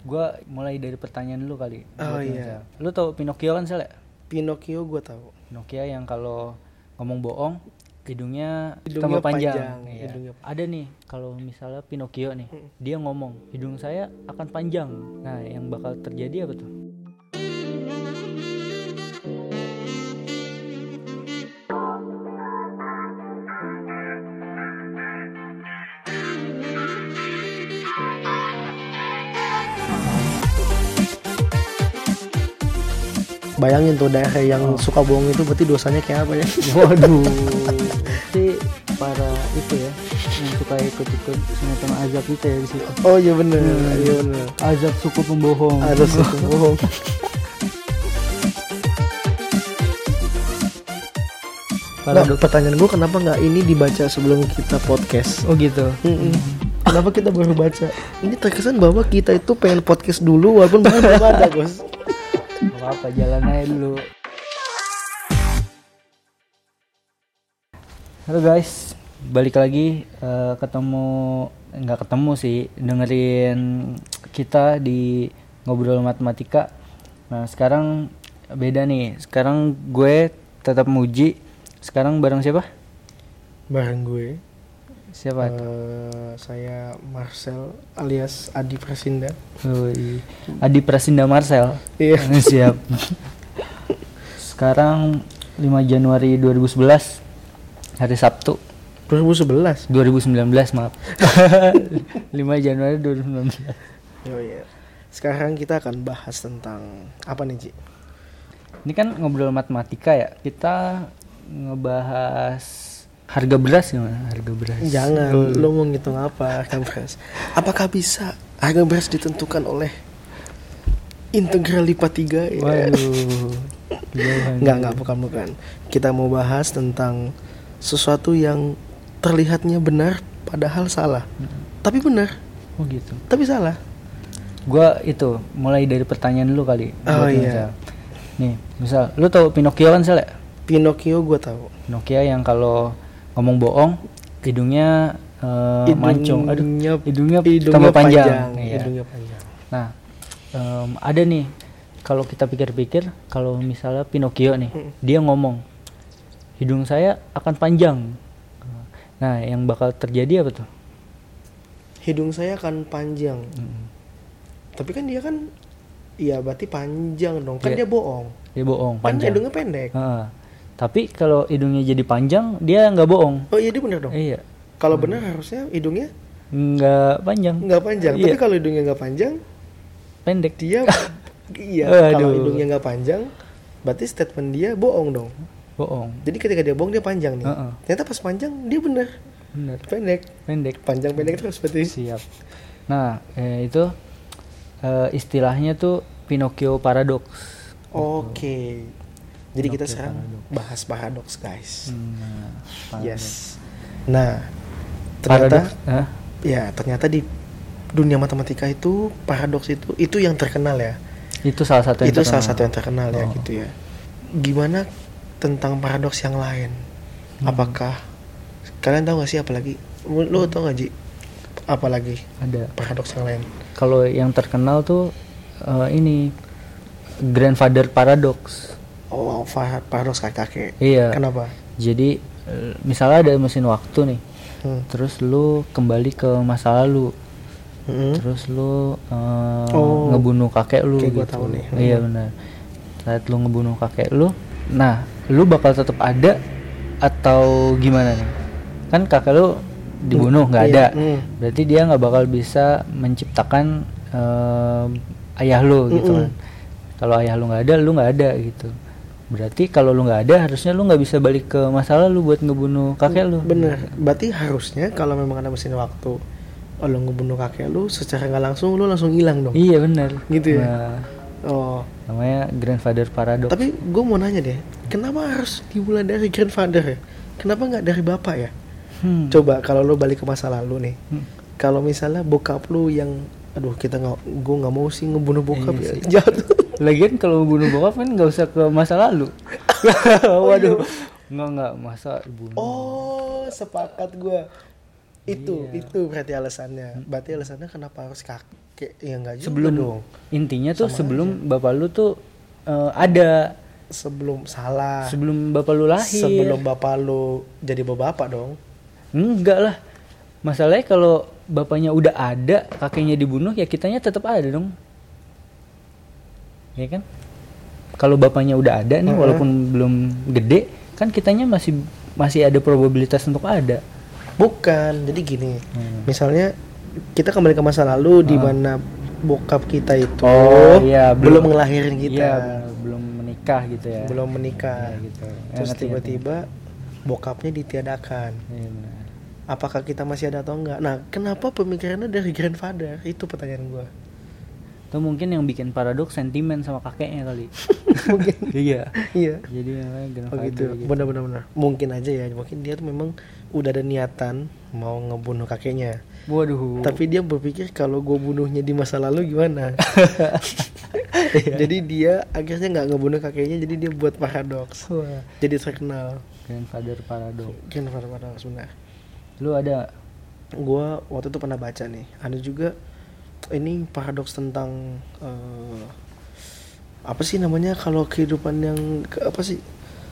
Gua mulai dari pertanyaan dulu kali. Oh buat iya. Sal. Lu tau Pinocchio kan Sal ya? Pinocchio gue tahu. Pinocchio yang kalau ngomong bohong hidungnya Hidungnya tambah panjang. panjang, Iya. hidungnya. Ada nih kalau misalnya Pinocchio nih, dia ngomong hidung saya akan panjang. Nah, yang bakal terjadi apa tuh? Bayangin tuh daerah yang suka bohong itu berarti dosanya kayak apa ya? Waduh, berarti para itu ya yang suka ikut-ikut sinetron azab itu ya di situ. Oh iya bener, iya bener. Azab suku pembohong. Ada suku bohong. Nah, pertanyaan gue kenapa nggak ini dibaca sebelum kita podcast? Oh gitu. Kenapa kita baru baca? Ini terkesan bahwa kita itu pengen podcast dulu walaupun belum ada, Bos. Gak apa-apa, jalan aja dulu. Halo guys, balik lagi nggak ketemu sih, dengerin kita di ngobrol matematika. Nah sekarang beda nih, sekarang gue tetap muji. Sekarang bareng siapa? Bareng gue. Siapa? Saya Marcel alias Adi Prasinda. Adi Prasinda Marcel. Iya. Siap. Sekarang 5 Januari 2011, hari Sabtu. 2011. 2019 maaf. 5 Januari 2019. Oh iya. Sekarang kita akan bahas tentang apa nih, Ci? Ini kan ngobrol matematika ya. Kita ngebahas harga beras gimana? Harga beras. Jangan, lu mau ngitung apa harga beras? Apakah bisa harga beras ditentukan oleh integral lipat 3? Waduh. Enggak, bukan. Kita mau bahas tentang sesuatu yang terlihatnya benar padahal salah. Tapi benar. Oh gitu. Tapi salah. Gua itu mulai dari pertanyaan dulu kali. Oh buat iya. Sal. Nih, misal lu tahu Pinocchio kan Sal ya? Pinocchio gue tahu. Pinocchio yang kalau ngomong bohong hidungnya mancung. Aduh, hidungnya tambah panjang. Iya. Hidungnya panjang. Nah, ada nih kalau kita pikir-pikir, kalau misalnya Pinocchio nih, dia ngomong hidung saya akan panjang. Nah, yang bakal terjadi apa tuh? Hidung saya akan panjang. Tapi kan dia kan, iya berarti panjang dong. Kan Dia- dia bohong. Dia bohong, Kan panjang. hidungnya pendek. Tapi kalau hidungnya jadi panjang, dia nggak bohong. Oh iya dia benar dong. Iya, Kalau benar harusnya hidungnya nggak panjang, nggak panjang. Iya. Tapi kalau hidungnya nggak panjang, pendek. dia iya. Aduh. Kalau hidungnya nggak panjang, berarti statement dia bohong dong. Bohong. Jadi ketika dia bohong dia panjang nih. Heeh. Ternyata pas panjang dia benar Bener. pendek. Pendek. Panjang pendek terus berarti. Siap. Nah, itu istilahnya tuh Pinocchio paradox. Oke. Jadi kita Pinocchio sekarang paradox. bahas paradoks guys. Nah, paradox. Yes. Nah, ternyata Paradox, ya ternyata di dunia matematika itu paradoks itu yang terkenal ya. itu salah satu yang Itu terkenal. salah satu yang terkenal ya Oh. gitu ya. Gimana tentang paradoks yang lain? Apakah kalian tahu gak sih apalagi? Lu tau gak Ji? Apalagi Ada. paradoks yang lain? Kalau yang terkenal tuh ini grandfather paradox. Oh, paradoks kakek. Iya. Kenapa? Jadi misalnya ada mesin waktu nih, terus lu kembali ke masa lalu, terus lu Oh. ngebunuh kakek lu Kayak gua gitu. tahu nih. Iya benar. Saat lu ngebunuh kakek lu, nah lu bakal tetap ada atau gimana nih? Kan kakek lu dibunuh nggak Iya. ada, berarti dia nggak bakal bisa menciptakan ayah lu gitu kan. Kalau ayah lu nggak ada, lu nggak ada gitu. Berarti kalau lu nggak ada, harusnya lu nggak bisa balik ke masa lalu buat ngebunuh kakek lu. Bener. Berarti harusnya kalau memang ada mesin waktu, lo ngebunuh kakek lu secara nggak langsung lu langsung hilang dong. Iya benar. Gitu ya? Nah, Oh. namanya grandfather paradox. Tapi gue mau nanya deh, kenapa harus dimulai dari grandfather ya? Kenapa nggak dari bapak ya? Coba kalau lo balik ke masa lalu nih, kalau misalnya bokap lu yang, aduh gue nggak mau sih ngebunuh bokap Iya ya, sih. jahat. Lagian kalau bunuh bokap kan nggak usah ke masa lalu. Waduh. Nggak masa bunuh. Oh, sepakat gue. Iya. Itu berarti alasannya. Berarti alasannya kenapa harus Kayak ya enggak juga Sebelum dong. intinya tuh Sama sebelum bapak lu tuh ada, Sebelum salah. sebelum bapak lu lahir. Sebelum bapak lu jadi bapak dong. Enggak lah. Masalahnya kalau bapaknya udah ada, kakeknya dibunuh, ya kitanya tetap ada dong. Ya kan? Kalau bapaknya udah ada nih, walaupun belum gede, kan kitanya masih ada probabilitas untuk ada. Bukan. Jadi gini. Misalnya kita kembali ke masa lalu di mana bokap kita itu iya, belum ngelahirin kita. Iya, belum menikah gitu ya. Belum menikah. Ya, gitu. Terus Ngerti, tiba-tiba bokapnya ditiadakan. ngerti. Iya, benar. Apakah kita masih ada atau enggak? Nah, kenapa pemikirannya dari grandfather? Itu pertanyaan gua. Itu mungkin yang bikin paradoks sentimen sama kakeknya kali. Mungkin. Iya. Iya. Jadi namanya Oh grandfather gitu. Benar-benar. Mungkin aja ya. Mungkin dia tuh memang udah ada niatan mau ngebunuh kakeknya. Waduh. Tapi dia berpikir kalau gue bunuhnya di masa lalu gimana? Iya. Jadi dia akhirnya nggak ngebunuh kakeknya, jadi dia buat paradoks. Wah, Jadi terkenal. grandfather paradox. Grandfather paradoks benar. Lu ada? Gue waktu itu pernah baca nih. Ada juga ini paradoks tentang apa sih namanya kalau kehidupan yang apa sih?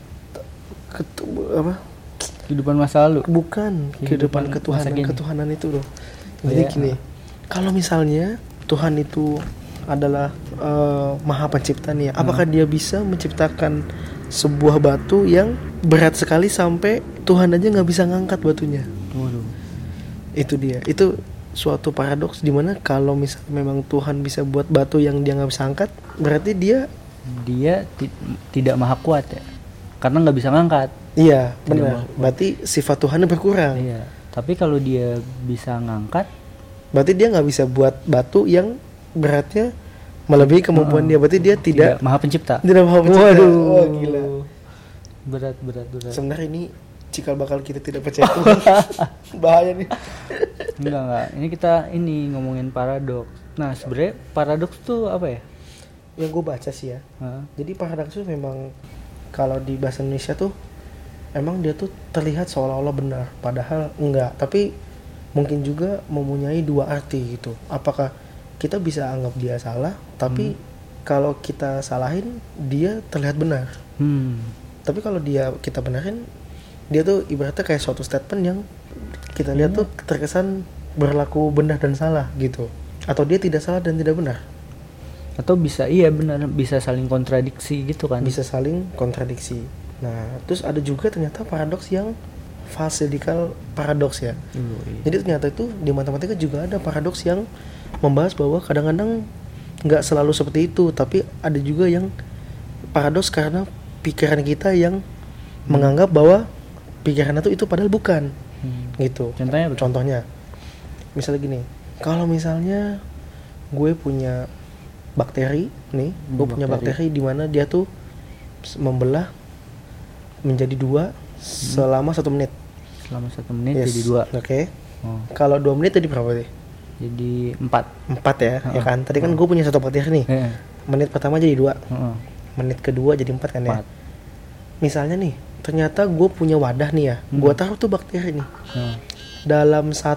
Apa? Kehidupan masa lalu. Bukan kehidupan masa kini. ketuhanan itu loh. Oh, Jadi iya. gini, kalau misalnya Tuhan itu adalah maha pencipta nih ya, apakah dia bisa menciptakan sebuah batu yang berat sekali sampai Tuhan aja nggak bisa ngangkat batunya? Waduh. Itu dia. Itu suatu paradoks di mana kalau misalnya memang Tuhan bisa buat batu yang dia nggak bisa angkat, berarti dia tidak maha kuat ya. Karena nggak bisa ngangkat. iya Tidak benar. Berarti sifat Tuhannya berkurang. Iya. Tapi kalau dia bisa ngangkat, Berarti dia nggak bisa buat batu yang beratnya melebihi kemampuan dia. Berarti dia tidak maha pencipta. tidak maha pencipta. Waduh. Oh, gila. Berat. Sebenarnya ini cikal bakal kita tidak percaya Tuhan. Bahaya nih. Enggak. Ini kita ngomongin paradoks. Nah, sebenarnya paradoks tuh apa ya? Yang gue baca sih ya. Hah? Jadi paradoks itu memang kalau di bahasa Indonesia tuh emang dia tuh terlihat seolah-olah benar, padahal enggak. Tapi mungkin juga mempunyai dua arti gitu. Apakah kita bisa anggap dia salah, tapi kalau kita salahin dia terlihat benar. Tapi kalau kita benerin, dia tuh ibaratnya kayak suatu statement yang kita lihat tuh terkesan berlaku benar dan salah gitu. Atau dia tidak salah dan tidak benar. Atau bisa benar, bisa saling kontradiksi gitu kan. Bisa saling kontradiksi. Nah, terus ada juga ternyata paradoks yang falsidical paradoks ya. Jadi ternyata itu di matematika juga ada paradoks yang membahas bahwa kadang-kadang nggak selalu seperti itu, tapi ada juga yang paradoks karena pikiran kita yang menganggap bahwa pikiran itu padahal bukan. Gitu. Contohnya apa? Contohnya, misalnya gini, kalau misalnya gue punya bakteri nih, gue punya bakteri di mana dia tuh membelah menjadi dua selama 1 menit. Selama 1 menit jadi 2. Oke. Oh. Kalau 2 menit jadi berapa sih? Jadi 4. 4 ya, ya kan? Tadi kan gue punya satu bakteri nih. Menit pertama jadi 2. Menit kedua jadi 4 kan ya? 4. Misalnya nih, ternyata gue punya wadah nih ya. Gue taruh tuh bakteri nih. Dalam 1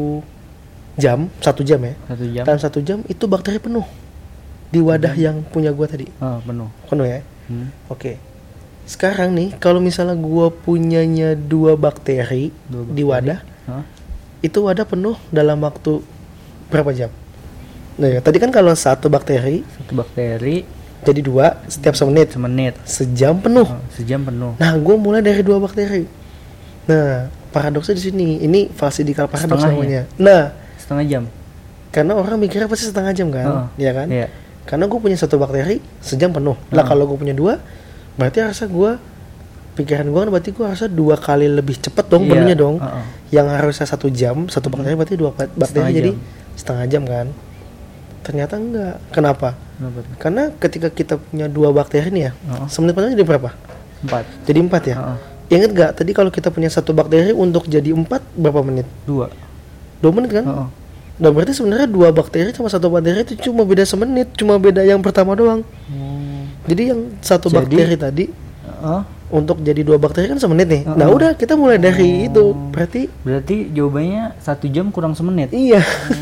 jam, 1 jam ya. 1 jam. Dalam 1 jam itu bakteri penuh di wadah yang punya gue tadi. Penuh. Penuh ya. Oke. Sekarang nih, kalau misalnya gue punyanya 2 bakteri di wadah, itu wadah penuh dalam waktu berapa jam? Nah ya, tadi kan kalau 1 bakteri jadi 2 setiap semenit. Sejam penuh. Sejam penuh. Nah, gue mulai dari 2 bakteri. Nah, paradoksnya di sini. Ini falsidical paradoks namanya. Nah, setengah jam. Karena orang mikirnya pasti setengah jam kan, ya kan? Iya. Karena gue punya 1 bakteri sejam penuh. Lah kalau gue punya 2, berarti rasa gue pikiran gue kan berarti gue rasa 2 kali lebih cepet dong penuhnya dong. Yang harusnya 1 jam 1 bakteri berarti 2 bakteri jadi setengah jam kan. Ternyata enggak. Kenapa? Karena ketika kita punya 2 bakteri nih ya, semenit pertama jadi berapa? 4. Jadi 4 ya. Ingat gak tadi kalau kita punya 1 bakteri untuk jadi 4 berapa menit? 2 menit kan? Nah berarti sebenarnya 2 bakteri sama 1 bakteri itu cuma beda semenit, cuma beda yang pertama doang. Jadi yang 1 bakteri tadi untuk jadi 2 bakteri kan semenit nih. Nah udah kita mulai dari itu. Berarti jawabannya 1 jam kurang semenit. Iya.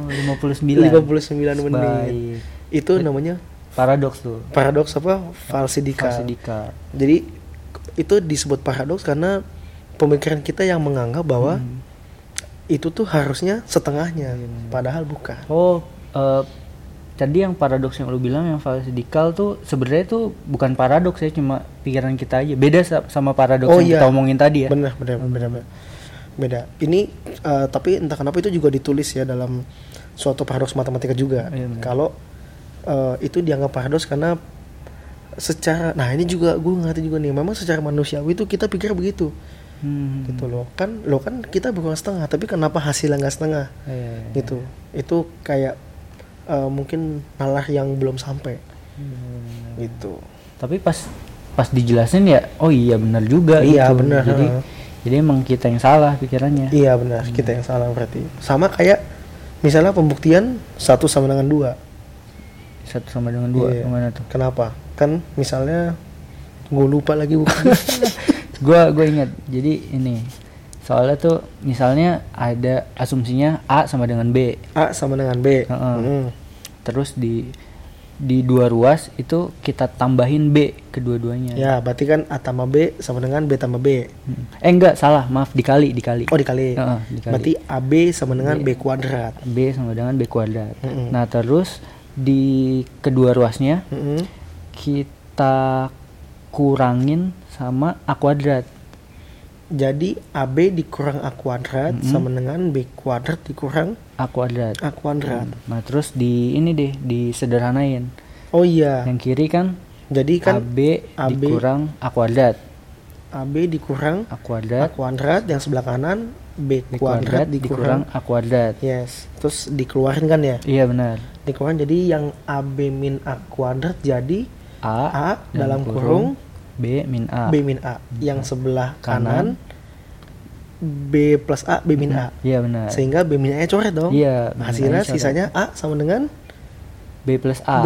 59. 59 menit. Baik. Itu namanya Paradoks tuh. paradoks apa? Falsidikal. Falsidikal. Jadi itu disebut paradoks karena pemikiran kita yang menganggap bahwa itu tuh harusnya setengahnya, padahal bukan. Oh, tadi yang paradoks yang lu bilang yang falsidikal tuh sebenarnya tuh bukan paradoks ya, cuma pikiran kita aja. Beda sama paradoks yang kita omongin tadi ya. Benar. Beda. Ini tapi entah kenapa itu juga ditulis ya dalam suatu paradoks matematika juga. Kalau itu dianggap paradoks karena secara, nah ini juga gue ngerti juga nih, memang secara manusiawi itu kita pikir begitu. Gitu loh kan kita bukan setengah, tapi kenapa hasilnya nggak setengah? Gitu. Itu kayak mungkin nalar yang belum sampai. Gitu. Tapi pas dijelasin ya, oh iya benar juga. Iya gitu. benar. Jadi emang kita yang salah pikirannya. Iya benar, kita yang salah berarti. Sama kayak misalnya pembuktian 1 sama dengan 2. 1 sama dengan 2, gimana tuh? Kenapa? Kan misalnya gue lupa lagi bukan. gue ingat. Jadi ini soalnya tuh misalnya ada asumsinya A sama dengan B. A sama dengan B. Terus di dua ruas itu kita tambahin B kedua-duanya. Ya, berarti kan A tambah B sama dengan B tambah B. Enggak, salah, maaf, dikali. Oh, dikali. Dikali. Berarti AB sama dengan B kuadrat. B sama dengan B kuadrat. Nah, terus di kedua ruasnya kita kurangin sama A kuadrat. Jadi AB dikurang A kuadrat sama dengan B kuadrat dikurang A kuadrat. Nah, terus ini disederhanain. Oh iya. Yang kiri kan jadi kan AB dikurang A kuadrat. AB dikurang A kuadrat, yang sebelah kanan B kuadrat dikurang A kuadrat. Yes. Terus dikeluarin kan ya? Iya benar. Dikeluarin, jadi yang AB min A kuadrat jadi A dalam kurung B min A. Yang sebelah kanan B plus A B min A. Iya benar. Sehingga B min A coret dong. Iya. Hasilnya sisanya A sama dengan B plus A.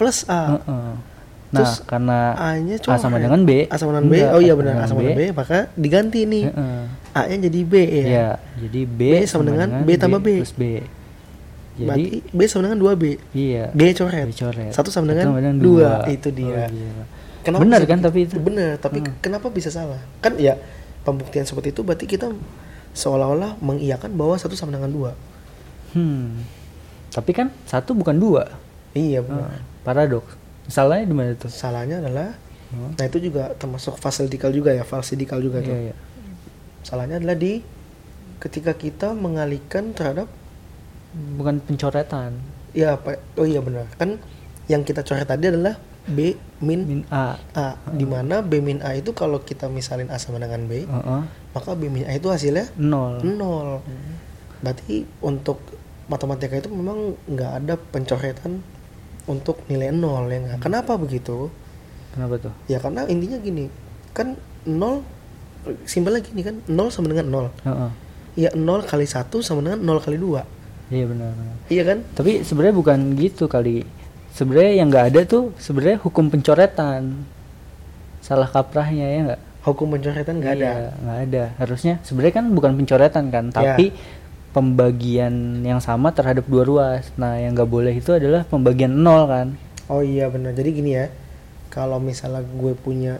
Nah, terus karena A-nya A sama dengan B. Oh iya benar, A sama dengan B, maka diganti nih. A-nya jadi B ya. Iya, jadi B sama dengan B tambah B plus B. Jadi berarti B sama dengan 2B. Iya. B coret. 1 sama dengan 2. Itu dia. Kenapa benar kan tapi itu? Benar, tapi kenapa bisa salah? Kan ya pembuktian seperti itu berarti kita seolah-olah mengiyakan bahwa 1 sama dengan 2. Tapi kan 1 bukan 2. Iya benar. Paradoks. Salahnya di mana tuh? Salahnya adalah nah itu juga termasuk falsidikal juga tuh. Iya. Salahnya adalah di ketika kita mengalihkan terhadap bukan pencoretan. Iya, oh iya benar. Kan yang kita coret tadi adalah B min A. Di mana B min A itu kalau kita misalin A sama dengan B, maka B min A itu hasilnya 0. Berarti untuk matematika itu memang nggak ada pencoretan untuk nilai 0 ya nggak? Kenapa begitu? Kenapa tuh? Ya karena intinya gini, kan 0 simpelnya gini kan, 0 sama dengan 0. Ya 0 kali 1 sama dengan 0 kali 2. Iya benar. Iya kan? Tapi sebenarnya bukan gitu kali. Sebenarnya yang nggak ada tuh sebenarnya hukum pencoretan. Salah kaprahnya ya nggak? Hukum pencoretan nggak ada. Nggak ada. Harusnya sebenarnya kan bukan pencoretan kan, tapi pembagian yang sama terhadap dua ruas. Nah, yang nggak boleh itu adalah pembagian 0 kan? Oh iya benar. Jadi gini ya, kalau misalnya gue punya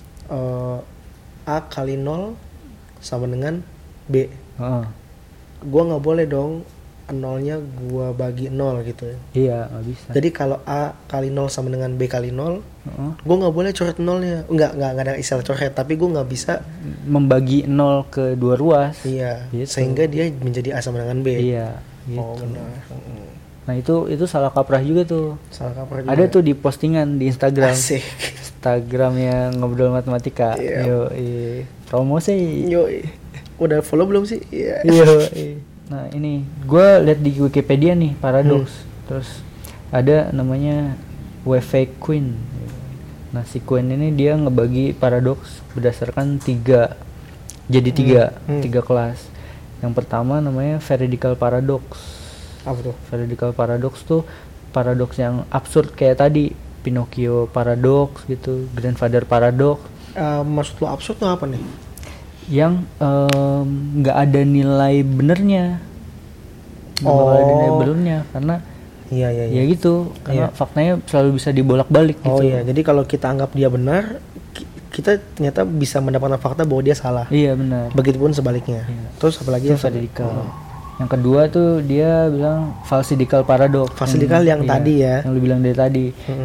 A kali 0 sama dengan B, gue nggak boleh dong 0-nya gue bagi 0 gitu ya. Iya, nggak bisa. Jadi kalau A kali 0 sama dengan B kali 0, gue nggak boleh coret 0-nya. Nggak ada istilah coret, tapi gue nggak bisa membagi 0 ke dua ruas. Iya, gitu. Sehingga dia menjadi A sama dengan B. Iya, gitu. Oh benar. Nah itu salah kaprah juga tuh. Salah kaprah juga. Ada tuh di postingan di Instagram. Asik. Instagramnya Ngobrol Matematika. Iya. Promosi. Udah follow belum sih? Iya. Nah ini gue lihat di Wikipedia nih paradoks. Terus ada namanya Wefei Quinn. Nah si Quinn ini dia ngebagi paradoks berdasarkan tiga kelas. Yang pertama namanya veridical paradox. Apa tuh? Veridical paradox tuh paradoks yang absurd kayak tadi, Pinocchio paradox gitu, grandfather paradox. Maksud lo absurd tuh apa nih? Yang nggak ada nilai benernya. nggak bakal ada nilai balloonnya karena Iya. ya gitu, karena Iya. faktanya selalu bisa dibolak-balik gitu. Oh iya, jadi kalau kita anggap dia benar, kita ternyata bisa mendapatkan fakta bahwa dia salah. Iya benar. Begitupun sebaliknya. Iya. Terus apalagi Itu validikal. Yang kedua tuh dia bilang falsidikal paradox. Falsidikal yang tadi ya. Yang lu bilang dari tadi.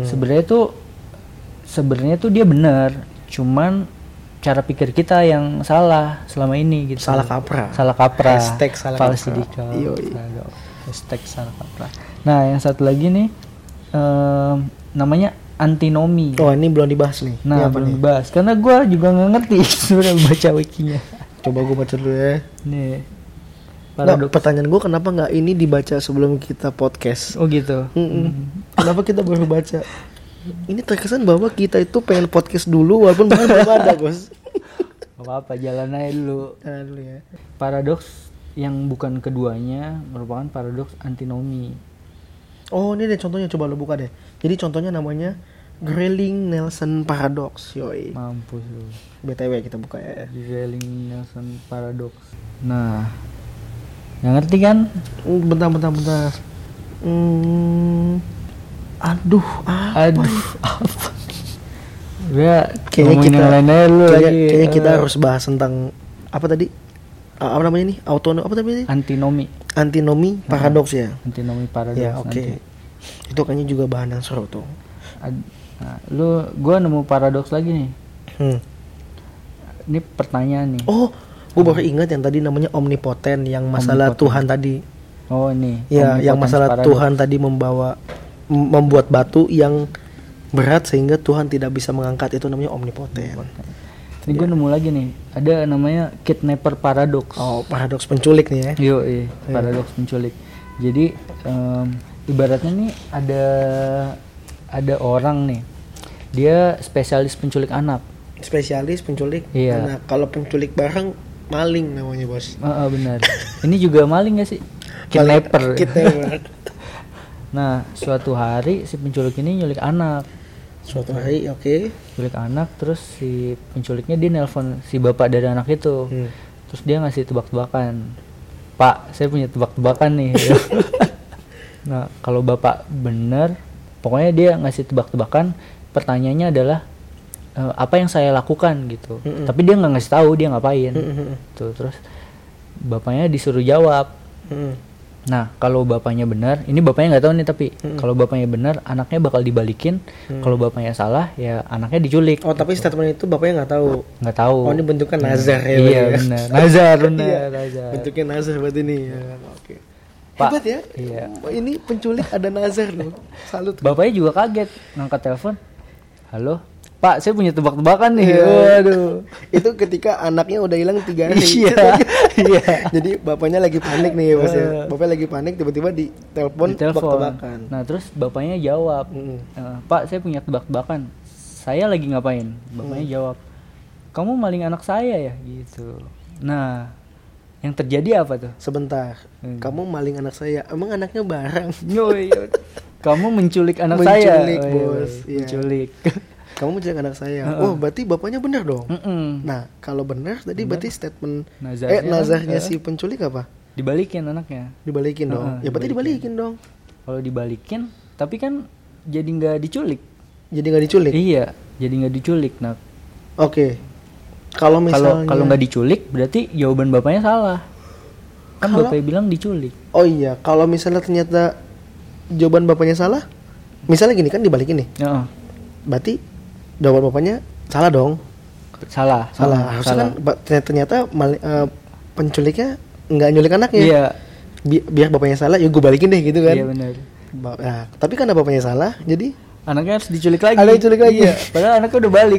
Sebenarnya tuh dia benar, cuman cara pikir kita yang salah selama ini gitu. Salah kaprah. Hashtag salah falsidikal. Hashtag salah kaprah. Nah, yang satu lagi nih namanya antinomi. Oh, ini belum dibahas nih. Nah, belum dibahas karena gue juga nggak ngerti sebenarnya baca wikinya. Coba gue baca dulu ya. Nih. Nah, pertanyaan gue kenapa nggak ini dibaca sebelum kita podcast? Oh gitu. Kenapa kita baru baca? Ini terkesan bahwa kita itu pengen podcast dulu walaupun belum ada, Bos. Gak apa-apa, jalan aja dulu. Ya. Paradoks yang bukan keduanya merupakan paradoks antinomi. Oh, ini deh contohnya, coba lo buka deh. Jadi contohnya namanya Grayling-Nelson Paradox. Yoi. Mampus lu. BTW kita buka ya. Grayling-Nelson Paradox. Nah, yang ngerti kan? Bentar. Aduh, apa? Ya, kayaknya kita lagi. Kayaknya kita harus bahas tentang apa tadi? Apa namanya nih? Antinomi paradoks ya. Antinomi paradoks. Ya, oke. Itu kayaknya juga bahan yang seru tuh. Nah, gua nemu paradoks lagi nih. Ini pertanyaan nih. Oh, gua baru ingat yang tadi namanya omnipoten yang masalah Tuhan tadi. Oh, ini. Ya, yang masalah paradoks. Tuhan tadi membuat batu yang berat sehingga Tuhan tidak bisa mengangkat, itu namanya omnipoten. Ini gue nemu lagi nih, ada namanya kidnapper paradox. Oh, paradoks penculik nih ya. Iya, paradoks penculik. Jadi ibaratnya nih ada orang nih, dia spesialis penculik anak. Spesialis penculik anak. Kalau penculik barang, maling namanya, Bos. Benar. Ini juga maling gak sih? Kidnapper. Nah, suatu hari si penculik ini nyulik anak. Nyulik anak, terus si penculiknya dia nelpon si bapak dari anak itu. Terus dia ngasih tebak-tebakan. Pak, saya punya tebak-tebakan nih. Nah, kalau bapak bener, pokoknya dia ngasih tebak-tebakan. Pertanyaannya adalah apa yang saya lakukan gitu. Tapi dia nggak ngasih tahu dia ngapain. Tuh, terus bapaknya disuruh jawab. Nah, kalau bapaknya benar, ini bapaknya nggak tahu nih, tapi kalau bapaknya benar, anaknya bakal dibalikin. Kalau bapaknya salah, ya anaknya diculik. Oh, tapi statement itu bapaknya nggak tahu. Nggak tahu. Oh, ini bentuknya nazar ya. Iya, benar. Nazar, benar. Bentuknya nazar berarti ini. Ya, oke. Pak, hebat ya. Iya. Ini penculik ada nazar loh. Salut. Bapaknya juga kaget, ngangkat telepon. Halo, Pak, saya punya tebak-tebakan nih. Waduh. Itu ketika anaknya udah hilang 3 hari. Iya. Jadi bapaknya lagi panik nih, Bos ya. Bapaknya lagi panik, tiba-tiba ditelepon tebak-tebakan. Nah, terus bapaknya jawab, Pak, saya punya tebak-tebakan. Saya lagi ngapain? Bapaknya jawab, kamu maling anak saya ya, gitu. Nah, yang terjadi apa tuh? Sebentar. Kamu maling anak saya. Emang anaknya barang? Kamu menculik anak saya. Menculik, Bos. Menculik. Kamu menculik anak saya. Berarti bapaknya benar dong. Nah, kalau benar tadi berarti statement nazarnya si penculik apa? Dibalikin anaknya. Dibalikin dong. Ya berarti dibalikin dong. Kalau dibalikin, tapi kan jadi nggak diculik. Jadi nggak diculik? Iya, jadi nggak diculik. Nah, oke. Kalau misalnya kalau nggak diculik, berarti jawaban bapaknya salah. Kan bapaknya bilang diculik. Oh iya, kalau misalnya ternyata jawaban bapaknya salah, misalnya gini kan dibalikin nih. Berarti jawaban bapaknya salah dong. Salah. Harusnya kan ternyata penculiknya nggak nyulik anaknya. Iya. Biar bapaknya salah, ya gue balikin deh gitu kan. Iya benar. Nah, tapi karena bapaknya salah, jadi anaknya harus diculik lagi. Iya. Padahal anaknya udah balik.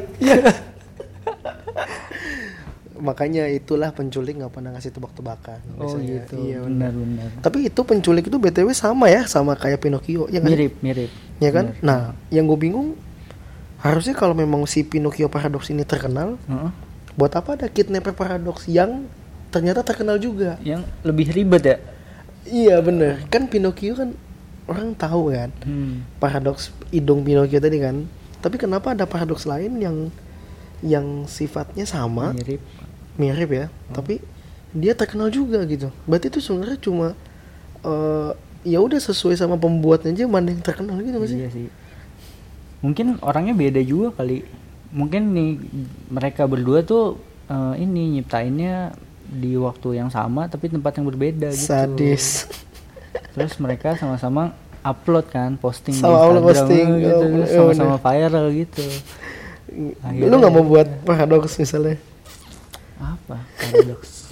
Makanya itulah penculik nggak pernah ngasih tebak-tebakan. Oh gitu. Iya benar. Tapi itu penculik itu BTW sama ya, sama kayak Pinocchio ya kan? Mirip. Ya kan? Bener. Nah, yang gue bingung harusnya kalau memang si Pinocchio paradoks ini terkenal, buat apa ada kidnapper paradoks yang ternyata terkenal juga? Yang lebih ribet ya? Iya bener. Kan Pinocchio kan orang tahu kan, paradoks hidung Pinocchio tadi kan. Tapi kenapa ada paradoks lain yang sifatnya sama? Mirip ya, tapi dia terkenal juga gitu. Berarti itu sebenarnya cuma ya udah sesuai sama pembuatnya aja mana yang terkenal gitu nggak sih? Iya sih. Mungkin orangnya beda juga kali. Mungkin nih mereka berdua tuh ini nyiptainnya di waktu yang sama tapi tempat yang berbeda gitu. Sadis. Terus mereka sama-sama upload kan, posting di Sama Instagram posting, gitu, oh, sama-sama viral gitu. Lu nggak mau buat paradoks misalnya? Apa? Paradoks.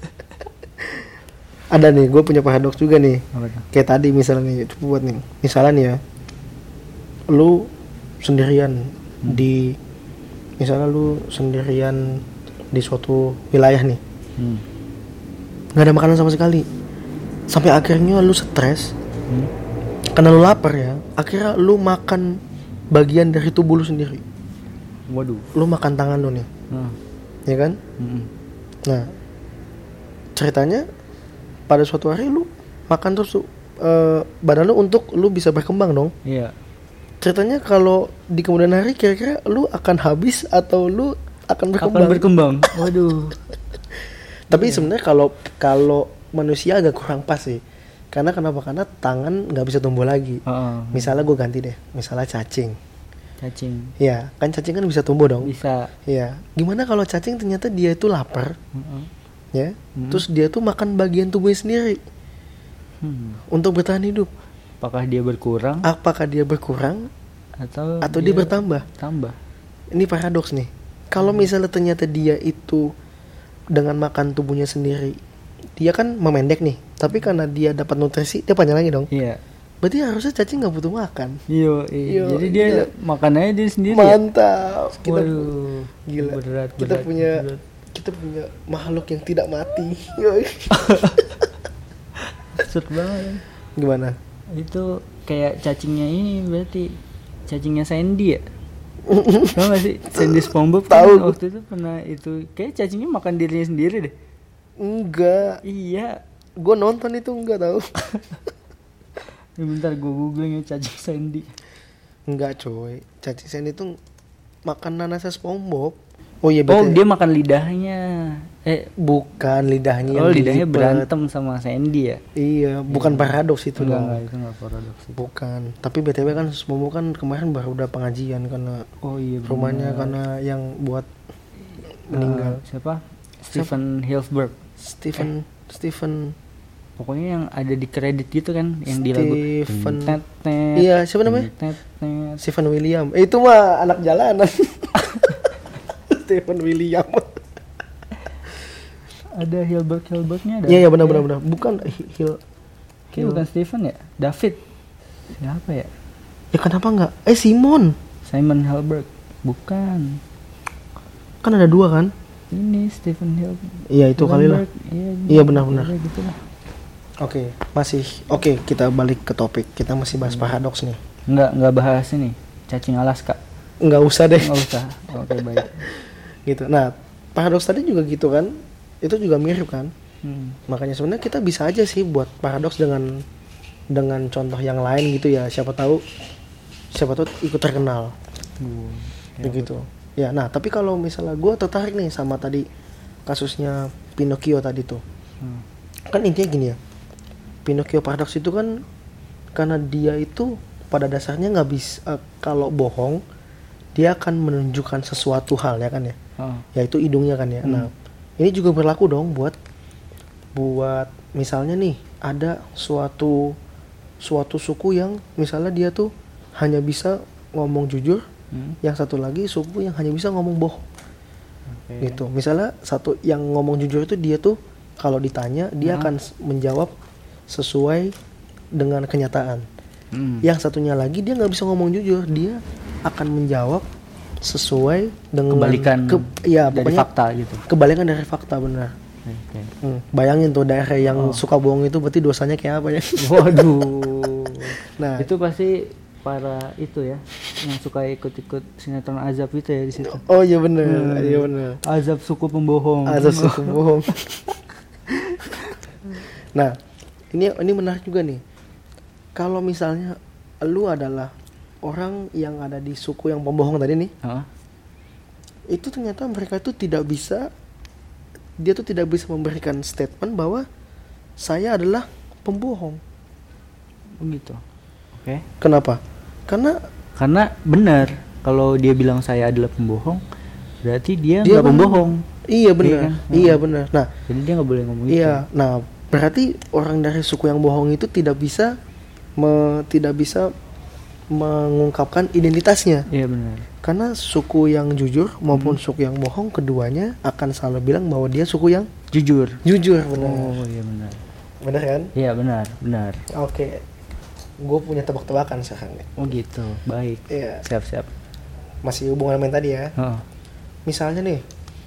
Ada nih, gue punya paradoks juga nih. Apa tuh? Kayak tadi misalnya nih, coba buat nih. Misalnya nih ya, lu sendirian di, misalnya lu sendirian di suatu wilayah nih, nggak ada makanan sama sekali. Sampai akhirnya lu stres, karena lu lapar ya. Akhirnya lu makan bagian dari tubuh lu sendiri. Waduh. Lu makan tangan lu nih, ya kan? Nah, ceritanya pada suatu hari lu makan terus badan lu untuk lu bisa berkembang dong. Iya. Ceritanya kalau di kemudian hari kira-kira lu akan habis atau lu akan berkembang? Akan berkembang. Waduh. Tapi sebenarnya kalau manusia agak kurang pas sih. Karena kenapa? Karena tangan nggak bisa tumbuh lagi. Misalnya gue ganti deh, misalnya cacing. Cacing. Ya, kan cacing kan bisa tumbuh dong. Bisa. Ya, gimana kalau cacing ternyata dia itu lapar, ya, terus dia tuh makan bagian tubuhnya sendiri untuk bertahan hidup. Apakah dia berkurang? Apakah dia berkurang Atau dia bertambah? Tambah. Ini paradoks nih. Kalau misalnya ternyata dia itu dengan makan tubuhnya sendiri, dia kan memendek nih. Tapi karena dia dapat nutrisi, dia panjang lagi dong. Iya. Berarti harusnya cacing nggak butuh makan. Iya. Jadi dia iya. makan aja dia sendiri. Mantap. Ya? Kita Waduh. gila. Berat. Kita punya makhluk yang tidak mati. Yoi. Absurd banget. Gimana? Itu kayak cacingnya ini berarti cacingnya Sandy ya? Tahu gak sih Sandy SpongeBob kan Tahu. waktu itu pernah itu kayak cacingnya makan dirinya sendiri deh. Enggak. Iya. Gue nonton itu enggak tahu. Ya, bentar gue googling ya cacing Sandy. Enggak coy. Cacing Sandy itu makan nanasnya SpongeBob. Oh iya Oh betul. dia makan lidahnya. Bukan lidahnya. Oh yang lidahnya dilipet. berantem sama Sandy ya? Iya. Bukan paradoks itu dong. Enggak, itu enggak paradoks itu. Bukan. Tapi BTW kan SpongeBob kan kemarin baru udah pengajian karena Oh iya rumahnya karena yang buat meninggal. Siapa? Stephen Hillenburg. Stephen Pokoknya yang ada di kredit gitu kan yang di lagu Stephen. Tet, Iya, siapa namanya? tet, tet. Stephen William. Itu mah anak jalanan. Stephen William. Ada Hilbergnya ada. Iya, benar. Bukan Kayaknya bukan Stephen ya? David. Siapa ya? Ya kenapa enggak? Simon. Simon Hilberg. Bukan. Kan ada dua kan? Ini Stephen Hilberg. Iya, itu kali lah. Iya, benar. Gitu lah. Oke, kita balik ke topik. Kita masih bahas paradoks nih. Enggak bahas ini. Cacing Alaska. Enggak usah deh. Enggak usah. Oke, baik. Gitu. Nah, paradoks tadi juga gitu kan? Itu juga mirip kan? Makanya sebenarnya kita bisa aja sih buat paradoks dengan contoh yang lain gitu ya. Siapa tahu ikut terkenal. Begitu. Ya, nah tapi kalau misalnya gue tertarik nih sama tadi kasusnya Pinocchio tadi tuh. Kan intinya gini ya. Pinocchio paradoks itu kan karena dia itu pada dasarnya nggak bisa kalau bohong dia akan menunjukkan sesuatu hal ya kan ya. Yaitu hidungnya kan ya. Nah, ini juga berlaku dong buat misalnya nih ada suatu suku yang misalnya dia tuh hanya bisa ngomong jujur, yang satu lagi suku yang hanya bisa ngomong bohong. Gitu. Misalnya satu yang ngomong jujur itu dia tuh kalau ditanya dia akan menjawab sesuai dengan kenyataan. Yang satunya lagi dia nggak bisa ngomong jujur, dia akan menjawab sesuai dengan kebalikan dari pokoknya fakta gitu. Kebalikan dari fakta, benar. Bayangin tuh daerah yang suka bohong itu berarti dosanya kayak apa ya? Waduh. Nah, itu pasti para itu ya yang suka ikut-ikut sinetron azab itu ya di situ. Oh iya benar, iya benar. Azab suku pembohong. Azab suku pembohong. Nah, ini menarik juga nih. Kalau misalnya lu adalah orang yang ada di suku yang pembohong tadi nih, itu ternyata mereka itu tidak bisa memberikan statement bahwa saya adalah pembohong. Begitu. Oke. Kenapa? Karena Benar, kalau dia bilang saya adalah pembohong, berarti dia Dia nggak pembohong. iya benar. kan? Iya benar. Nah, Jadi dia nggak boleh ngomong itu. iya. Nah, berarti orang dari suku yang bohong itu tidak bisa mengungkapkan identitasnya. Iya benar. Karena suku yang jujur maupun suku yang bohong, keduanya akan selalu bilang bahwa dia suku yang Jujur. jujur. Benar. Oh iya benar. Benar kan? Iya benar. Oke. Gue punya tebak-tebakan sekarang nih. Oh gitu. Baik. Iya. Siap. Masih hubungan sama yang tadi ya. Oh. Misalnya nih,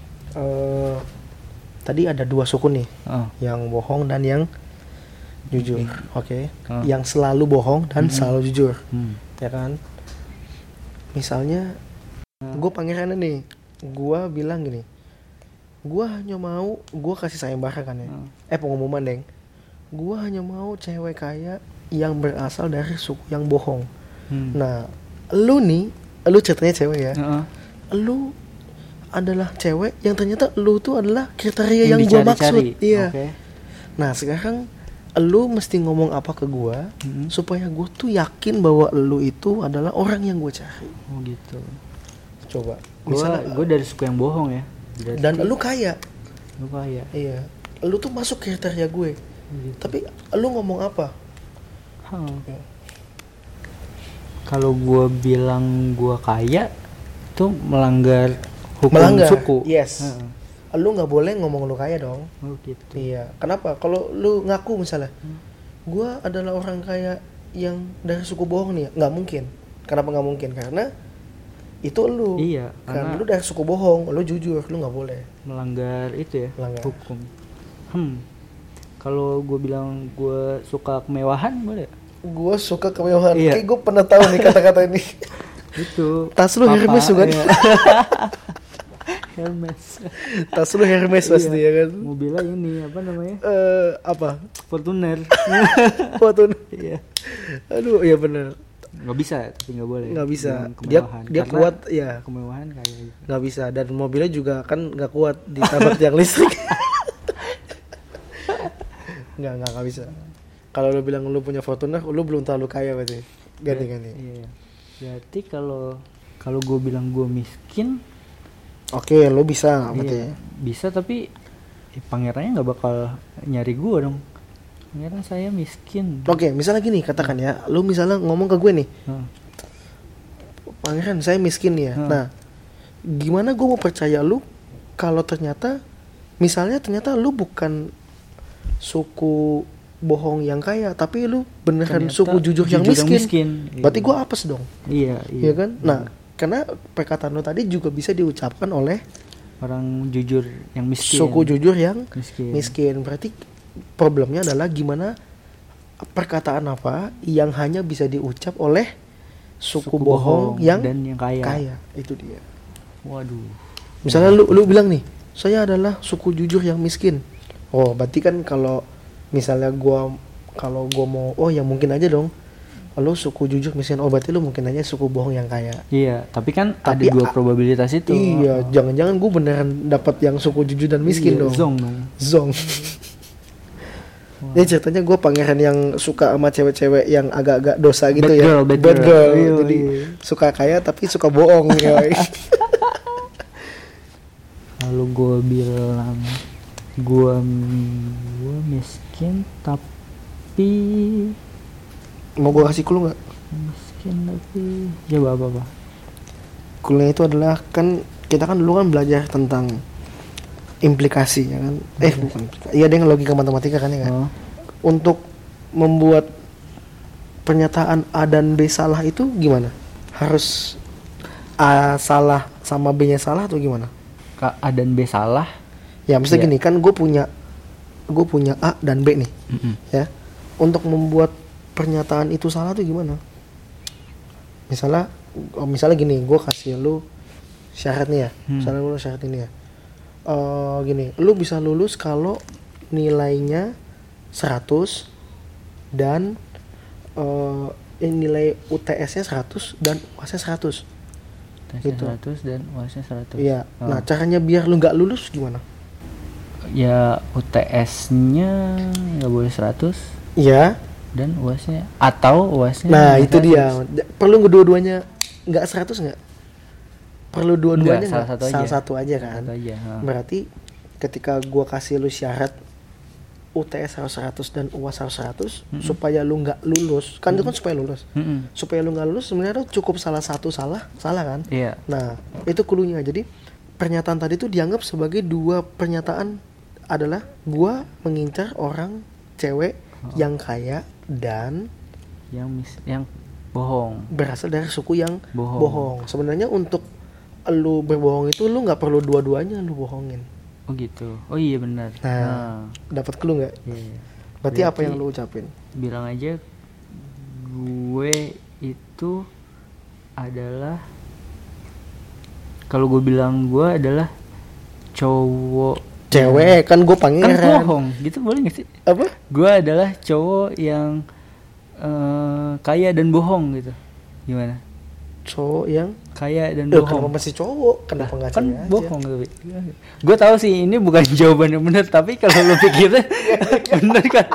tadi ada dua suku nih, Oh. yang bohong dan yang jujur. Oke. Oh. Yang selalu bohong dan selalu jujur, ya kan? Misalnya, gue pangeran nih, gue bilang gini, gue hanya mau, gue kasih sayembara kan ya, pengumuman deng, gue hanya mau cewek kaya yang berasal dari suku yang bohong. Nah, lu ceritanya cewek ya, lu adalah cewek yang ternyata lu tuh adalah kriteria yang gue maksud. Iya. Okay. Nah sekarang lu mesti ngomong apa ke gue supaya gue tuh yakin bahwa lu itu adalah orang yang gue cari. Oh gitu. Coba. Gue dari suku yang bohong ya. Berarti dan lu kaya. Lu kaya. Iya. Lu tuh masuk kriteria gue. Gitu. Tapi lu ngomong apa? Ya. Kalau gue bilang gue kaya, itu melanggar hukum suku. Yes. Lu nggak boleh ngomong lu kaya dong. Oh gitu. Iya. Kenapa? Kalau lu ngaku misalnya, gue adalah orang kaya yang dari suku bohong nih, nggak mungkin. Kenapa nggak mungkin? Karena itu lu. Iya. Karena lu dari suku bohong, lu jujur, lu nggak boleh. Melanggar itu ya. Melanggar hukum. Kalau gue bilang gue suka kemewahan boleh? Gue suka kemewahan. Iya. Kayak gue pernah tahu nih kata-kata ini. Itu. Tas lu Hermes kan? Iya. Hermes. Tas lu Hermes pasti ya kan? Mobilnya ini apa namanya? Apa? Fortuner. Fortuner. Iya. Aduh, iya benar. Nggak bisa, tapi nggak boleh. Nggak bisa. Dia kuat ya. Kemewahan kayak gitu. Nggak bisa, dan mobilnya juga kan nggak kuat ditabrak tiang listrik. nggak bisa. Kalau lu bilang lu punya Fortuner, lu belum terlalu kaya berarti. Ganti. Iya. Berarti kalau gue bilang gue miskin, oke, lu bisa berarti. Iya, bisa, tapi pangerannya nggak bakal nyari gue dong. Pangeran saya miskin. Oke, misalnya gini, katakan ya, lu misalnya ngomong ke gue nih, pangeran saya miskin ya. Nah, gimana gue mau percaya lu kalau ternyata lu bukan suku bohong yang kaya, tapi lu beneran Ternyata suku jujur yang miskin. Berarti Iya. gue apes dong. Iya kan? Nah, karena perkataan lu tadi juga bisa diucapkan oleh orang jujur yang miskin. suku jujur yang miskin. Berarti problemnya adalah gimana perkataan apa yang hanya bisa diucap oleh suku bohong yang kaya. Itu dia. Waduh. Misalnya lu bilang nih, saya adalah suku jujur yang miskin. Oh, berarti kan kalau misalnya gua mau, oh ya mungkin aja dong. Lu suku jujur miskin, oh berarti lu mungkin aja suku bohong yang kaya. Iya, tapi kan ada dua probabilitas itu. Iya, jangan-jangan gue beneran dapat yang suku jujur dan miskin dong. Zong. Ini ceritanya gue pangeran yang suka sama cewek-cewek yang agak-agak dosa gitu ya. Bad girl. Jadi suka kaya tapi suka bohong ya. Lalu gue bilang gue miskin tapi mau gue kasih clue nggak? Miskin tapi ya apa? Clue itu adalah kan kita kan dulu kan belajar tentang implikasi ya kan? Bukan. Iya, dengan logika matematika kan ya kan? Untuk membuat pernyataan A dan B salah itu gimana? Harus A salah sama B-nya salah atau gimana? A dan B salah. Ya misalnya gini, kan gue punya A dan B nih. Ya. Untuk membuat pernyataan itu salah tuh gimana? Misalnya gini, gue kasih lu syarat nih ya. Misalnya lu syarat ini ya. Gini, lu bisa lulus kalau nilainya 100 dan nilai UTS-nya 100 dan UAS-nya 100. Gitu. 100 dan UAS-nya 100. Iya. Nah, caranya biar lu nggak lulus gimana? Ya UTS-nya nggak boleh 100. Iya. Dan UASnya atau UASnya Nah, nggak itu 100. dia. Perlu kedua-duanya nggak 100 nggak? Perlu dua-duanya Enggak, nggak? salah Salah satu satu aja kan. Satu aja. Berarti ketika gua kasih lu syarat UTS harus 100 dan UAS harus 100 supaya lu nggak lulus. Kan itu kan supaya lulus. Supaya lu nggak lulus sebenarnya lu cukup salah satu salah kan? Iya. Nah, itu cluenya. Jadi pernyataan tadi tuh dianggap sebagai dua pernyataan adalah gua mengincar orang cewek yang kaya dan yang bohong. berasal dari suku yang Bohong. bohong. Sebenarnya untuk lu berbohong itu lu nggak perlu dua-duanya lu bohongin. Oh gitu. Oh iya benar. Nah, dapat clue nggak? Iya. Berarti apa yang lu ucapin? Bilang aja gue itu adalah, kalau gue bilang gue adalah cowok Cewek kan gue kan pangeran. bohong gitu, boleh gak sih? Apa? Gue adalah cowok yang kaya dan bohong gitu. Gimana? Cowok yang Kaya dan kenapa bohong. masih cowok? Kenapa nggak Kan cewek aja? bohong tapi. Gue tahu sih ini bukan jawaban yang benar, tapi kalau lo pikirnya benar kan.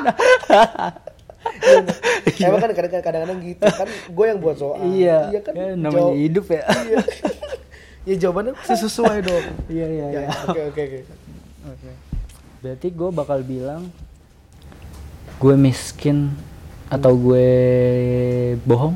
Emang kan kadang-kadang gitu kan gue yang buat soal. Iya. kan. Ya, namanya hidup ya. Iya. Ya jawabannya pasti sesuai dong. Iya. Ya, oke. Oke. Berarti gue bakal bilang gue miskin atau gue bohong.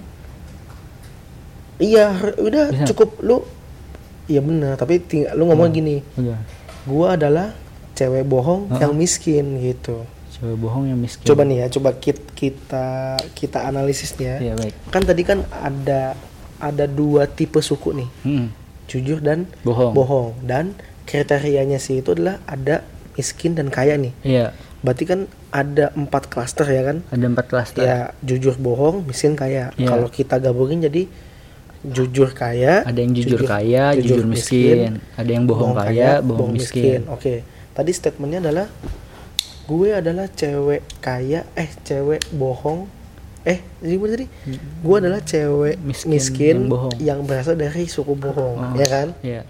Iya, udah Bisa. cukup lu. Iya benar, tapi tinggal lu ngomong gini. Udah. Gua adalah cewek bohong yang miskin gitu. Cewek bohong yang miskin. Coba nih ya, coba kita analisisnya. Iya baik. Kan tadi kan ada dua tipe suku nih. Jujur dan Bohong. Dan kriterianya sih itu adalah ada miskin dan kaya nih. Iya. Berarti kan ada 4 klaster ya kan? Ada 4 klaster. Ya, jujur bohong, miskin kaya. Iya. Kalau kita gabungin jadi jujur kaya, Ada yang jujur kaya, jujur miskin. Ada yang bohong kaya, bohong miskin. Oke. Tadi statementnya adalah gue adalah cewek kaya, cewek bohong. Gimana tadi? Gue adalah cewek miskin yang bohong. yang berasal dari suku bohong, ya kan? Iya.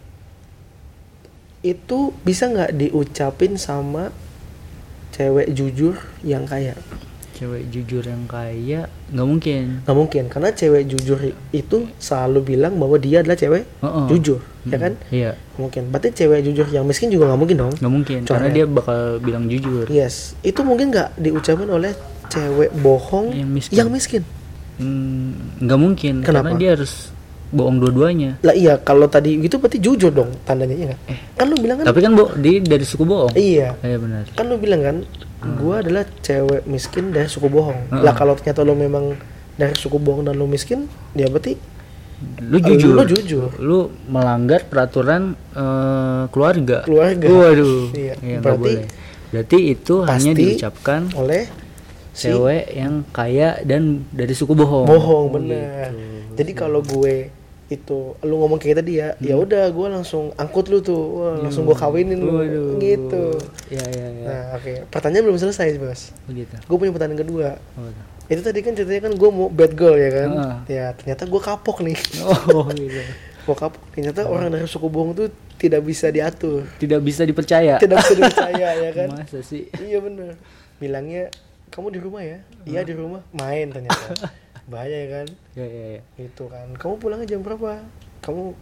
Itu bisa nggak diucapin sama cewek jujur yang kaya? Cewek jujur yang kaya nggak mungkin. Nggak mungkin, karena cewek jujur itu selalu bilang bahwa dia adalah cewek jujur, ya kan? Iya. Mungkin. Berarti cewek jujur yang miskin juga nggak mungkin dong? Nggak mungkin. Karena dia bakal bilang jujur. Yes, itu mungkin nggak diucapin oleh cewek bohong yang miskin. Nggak mungkin. Kenapa? Karena dia harus bohong dua-duanya. Lah iya, kalau tadi gitu berarti jujur dong tandanya, ya nggak? Kan lu bilang kan? Tapi kan dia dari suku bohong. Iya. Iya benar. Kan lu bilang kan, gua adalah cewek miskin dari suku bohong. Lah kalau ternyata lu memang dari suku bohong dan lu miskin, dia berarti Lu jujur. Lu jujur. Lu melanggar peraturan keluarga. Waduh. Iya. Nggak Berarti boleh. Berarti itu hanya pasti diucapkan oleh cewek yang kaya dan dari suku bohong. bohong, Oh, bener. gitu. Jadi kalau gue itu lu ngomong kayak tadi ya, ya udah gue langsung angkut lu tuh, wah, langsung gue kawinin lu, Waduh. gitu. Iya. Nah, oke. Pertanyaan belum selesai, Bos. Begitu. Gue punya pertanyaan kedua. Oh, Itu tadi kan ceritanya kan gue mau bad girl ya kan? Heeh. Ya ternyata gue kapok nih. oh gitu. Gue kapok. Ternyata orang dari suku bohong tuh tidak bisa diatur, Tidak bisa dipercaya. tidak bisa dipercaya ya kan? Masa sih? Iya bener. Bilangnya kamu di rumah ya? Iya di rumah. Main ternyata. Bahaya ya kan? Ya. Itu kan. Kamu pulangnya jam berapa? Kamu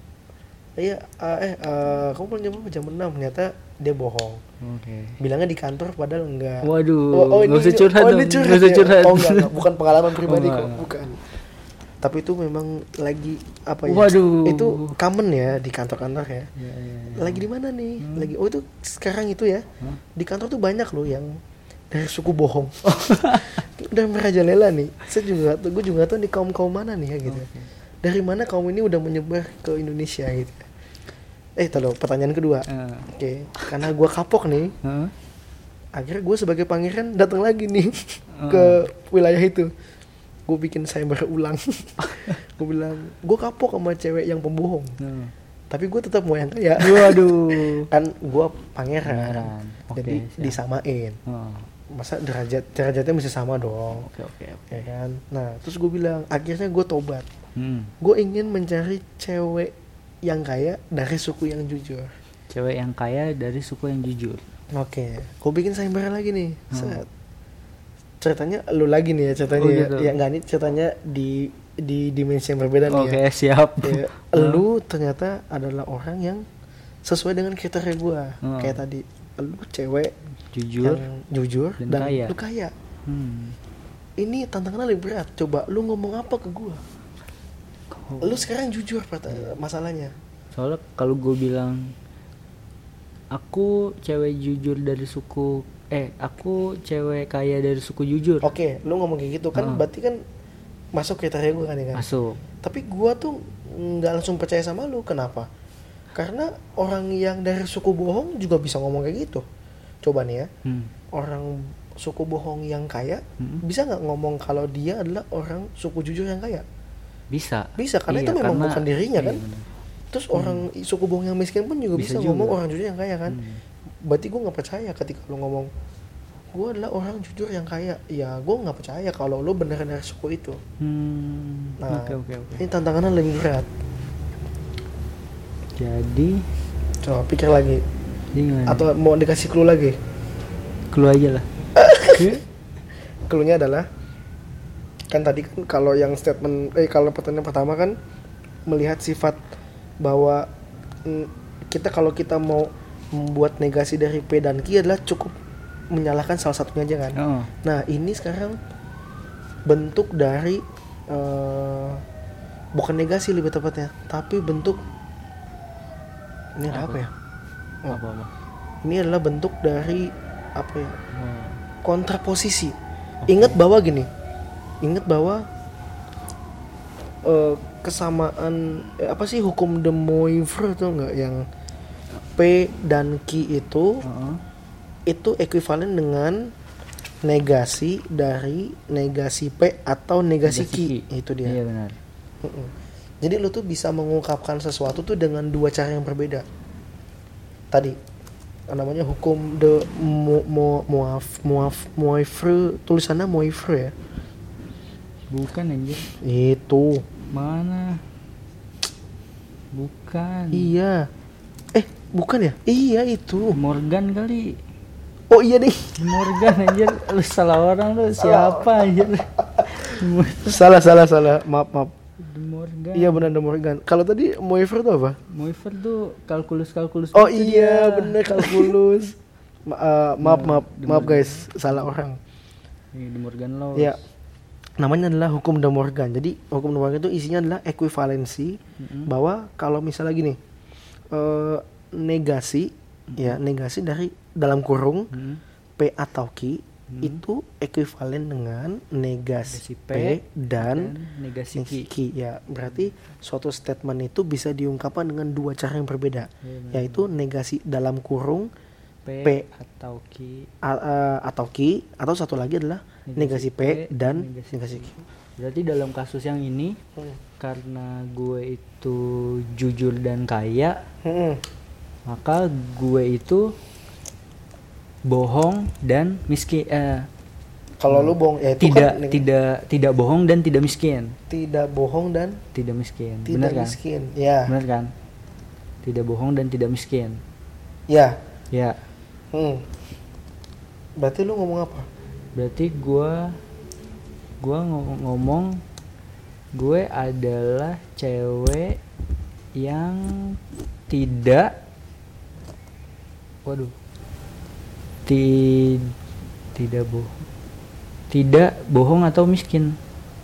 kamu pulang jam berapa? Jam 6. Ternyata dia bohong. Oke. Bilangnya di kantor padahal enggak. Waduh, nggak usah curhat dong. ini Nggak usah ya? curhat. Oh enggak, bukan pengalaman pribadi kok, enggak. bukan. Tapi itu memang lagi apa ya? Waduh. Itu common ya di kantor-kantor ya. Ya. Lagi di mana nih? Lagi itu sekarang itu ya. Di kantor tuh banyak loh yang dari suku bohong. Udah merajalela nih. Gue juga tahu di kaum mana nih ya gitu. Dari mana kaum ini udah menyebar ke Indonesia gitu. Tahu pertanyaan kedua. Oke, karena gue kapok nih. Akhirnya gue sebagai pangeran datang lagi nih ke wilayah itu. Gue bikin sayembara ulang. Gue bilang, gue kapok sama cewek yang pembohong. Tapi gue tetap mau yang kaya. Waduh. Kan gue pangeran. Oke, Jadi siap. disamain. Masa derajatnya mesti sama dong. Oke. Ya kan? Nah, terus gue bilang, akhirnya gue tobat. Gue ingin mencari cewek yang kaya dari suku yang jujur. Cewek yang kaya dari suku yang jujur. Oke, gue bikin sayembara lagi nih. Set. ceritanya lu lagi nih ya ceritanya. gitu. Ya enggak, nih ceritanya di dimensi yang berbeda nih Oke, ya. siap. Ya, lu ternyata adalah orang yang sesuai dengan kriteria gua. Kayak tadi, lu cewek Jujur yang jujur dan kaya. lu kaya. Hmm. Ini tantangannya lebih berat. Coba lu ngomong apa ke gua? Lu sekarang jujur masalahnya. Soalnya kalau gue bilang aku cewek jujur dari suku aku cewek kaya dari suku jujur. Oke, lu ngomong kayak gitu kan berarti kan masuk kriteria gua kan ya kan? Masuk. Tapi gua tuh nggak langsung percaya sama lu. Kenapa? Karena orang yang dari suku bohong juga bisa ngomong kayak gitu. Coba nih ya, orang suku bohong yang kaya bisa nggak ngomong kalau dia adalah orang suku jujur yang kaya? Bisa Karena itu memang bukan dirinya kan. Bener. Terus orang suku bohong yang miskin pun juga bisa ngomong juga. orang jujur yang kaya kan. Berarti gue nggak percaya ketika lu ngomong gue adalah orang jujur yang kaya. Ya gue nggak percaya kalau lu beneran dari suku itu. Nah, Oke. ini tantangannya lebih berat. Jadi Coba pikir lagi. gimana? Atau mau dikasih clue lagi? Keluar aja lah. Clue-nya adalah kan tadi kan kalau yang statement kalau pertanyaan pertama kan melihat sifat bahwa kita kalau kita mau membuat negasi dari P dan Q adalah cukup menyalahkan salah satunya aja kan. Nah ini sekarang bentuk dari bukan negasi lebih tepatnya, tapi bentuk ini ada apa ya? Apa? Ini adalah bentuk dari apa ya? Kontraposisi. Ingat bahwa kesamaan apa sih hukum de Moivre tuh nggak, yang P dan Q itu ekuivalen dengan negasi dari negasi P atau negasi Q. Itu dia. Iya benar. Jadi lu tuh bisa mengungkapkan sesuatu tuh dengan dua cara yang berbeda. Tadi namanya hukum de Moivre, tulisannya Moivre ya. Bukan anjir. Itu. Mana? Bukan. Iya. Bukan ya? Iya itu. Morgan kali. Oh iya deh. Morgan anjir. Lu salah orang lu. Siapa anjir? Salah. Maaf. Morgan. Iya benar, Morgan. Kalau tadi Moivre itu apa? Moivre tuh kalkulus. Oh gitu iya, dia. benar kalkulus. Maaf guys, salah orang. Ini di Morgan Law. Ya. Namanya adalah hukum de Morgan. Jadi hukum de Morgan itu isinya adalah ekuivalensi bahwa kalau misalnya gini, negasi ya, negasi dari dalam kurung P atau Q itu ekuivalen dengan negasi P dan negasi Q. Ya, berarti suatu statement itu bisa diungkapkan dengan dua cara yang berbeda, yaitu negasi dalam kurung P atau Q atau Q, atau satu lagi adalah negasi P dan negasi Q. Berarti dalam kasus yang ini karena gue itu jujur dan kaya, maka gue itu bohong dan miskin. Kalau lu bohong ya itu tidak bohong dan tidak miskin. Tidak bohong dan tidak miskin. Tidak Benar miskin. Kan? Ya. Benar kan? Tidak bohong dan tidak miskin. Ya. Ya. Berarti lu ngomong apa? Berarti gua ngomong gue adalah cewek yang tidak tidak bohong atau miskin.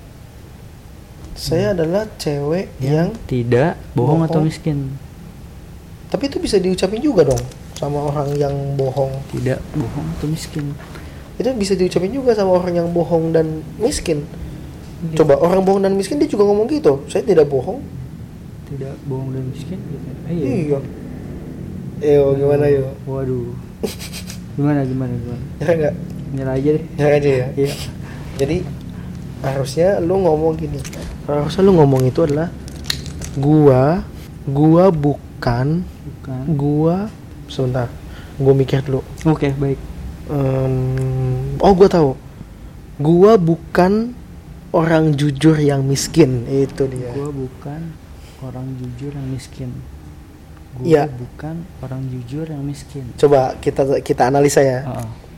Saya adalah cewek yang tidak bohong atau miskin. Tapi itu bisa diucapin juga dong sama orang yang bohong. Tidak bohong atau miskin. Itu bisa diucapin juga sama orang yang bohong dan miskin. Coba orang bohong dan miskin dia juga ngomong gitu. Saya tidak bohong. Tidak bohong dan miskin. Iya. Gimana yo? Waduh. Gimana? Ya enggak? Nyerah aja deh. Nyerah aja ya. Iya. Jadi harusnya lu ngomong gini. Harusnya lu ngomong itu adalah gua bukan. Gua sebentar. Gua mikir dulu. Oke, baik. Gua tahu. Gua bukan orang jujur yang miskin, itu dia. Gua bukan orang jujur yang miskin. Iya. Bukan orang jujur yang miskin. Coba kita analisa ya.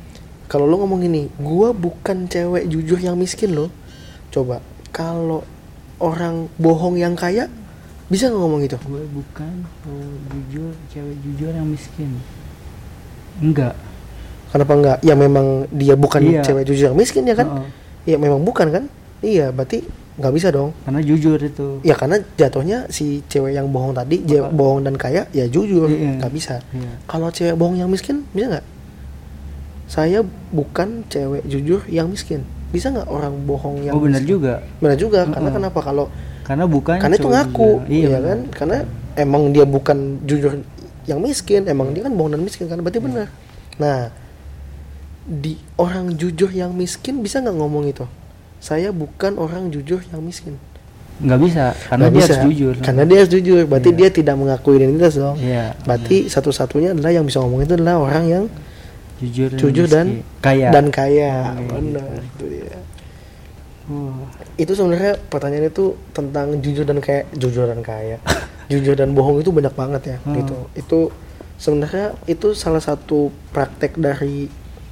Kalau lo ngomong gini, gua bukan cewek jujur yang miskin loh. Coba kalau orang bohong yang kaya bisa nggak ngomong gitu? Gue bukan jujur, cewek jujur yang miskin. Enggak. Kenapa enggak? Ya memang dia bukan Iya. cewek jujur yang miskin ya kan? Iya memang bukan kan? Iya berarti nggak bisa dong. Karena jujur itu. Ya karena jatuhnya si cewek yang bohong tadi, bohong dan kaya ya jujur, nggak bisa. Iya. Kalau cewek bohong yang miskin bisa nggak? Saya bukan cewek jujur yang miskin. Bisa nggak orang bohong yang? Oh benar miskin? juga. Benar juga. Karena kenapa? Karena bukan. Karena itu ngaku, iya ya kan? Karena emang dia bukan jujur yang miskin, emang dia kan bohong dan miskin kan? Berarti benar. Nah, di orang jujur yang miskin bisa nggak ngomong itu? Saya bukan orang jujur yang miskin. Nggak bisa, karena Nggak dia bisa. harus jujur. Karena dia harus jujur. Berarti dia tidak mengakui identitas dong. Iya. Berarti satu-satunya adalah yang bisa ngomong itu adalah orang yang Jujur dan kaya. kaya. Benar itu dia. Itu sebenarnya pertanyaan itu tentang jujur dan kaya. Jujur dan bohong itu banyak banget ya. Itu sebenarnya itu salah satu praktek dari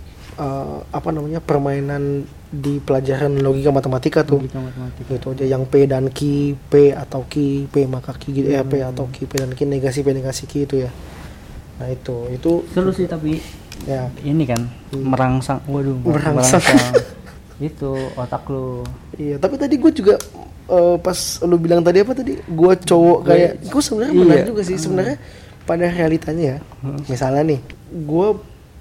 permainan di pelajaran logika matematika tuh. Logika matematika. Gitu aja yang P dan Q, P atau Q, P maka Q gitu ya, P atau Q, P dan Q, negasi P negasi Q itu ya. Nah itu Seru sih tapi ya ini kan merangsang. Waduh, Merangsang. Itu otak lu. iya, tapi tadi gue juga pas lu bilang tadi apa tadi? Gue cowok kayak gue sebenarnya benar juga sih sebenarnya pada realitanya ya. Misalnya nih, gue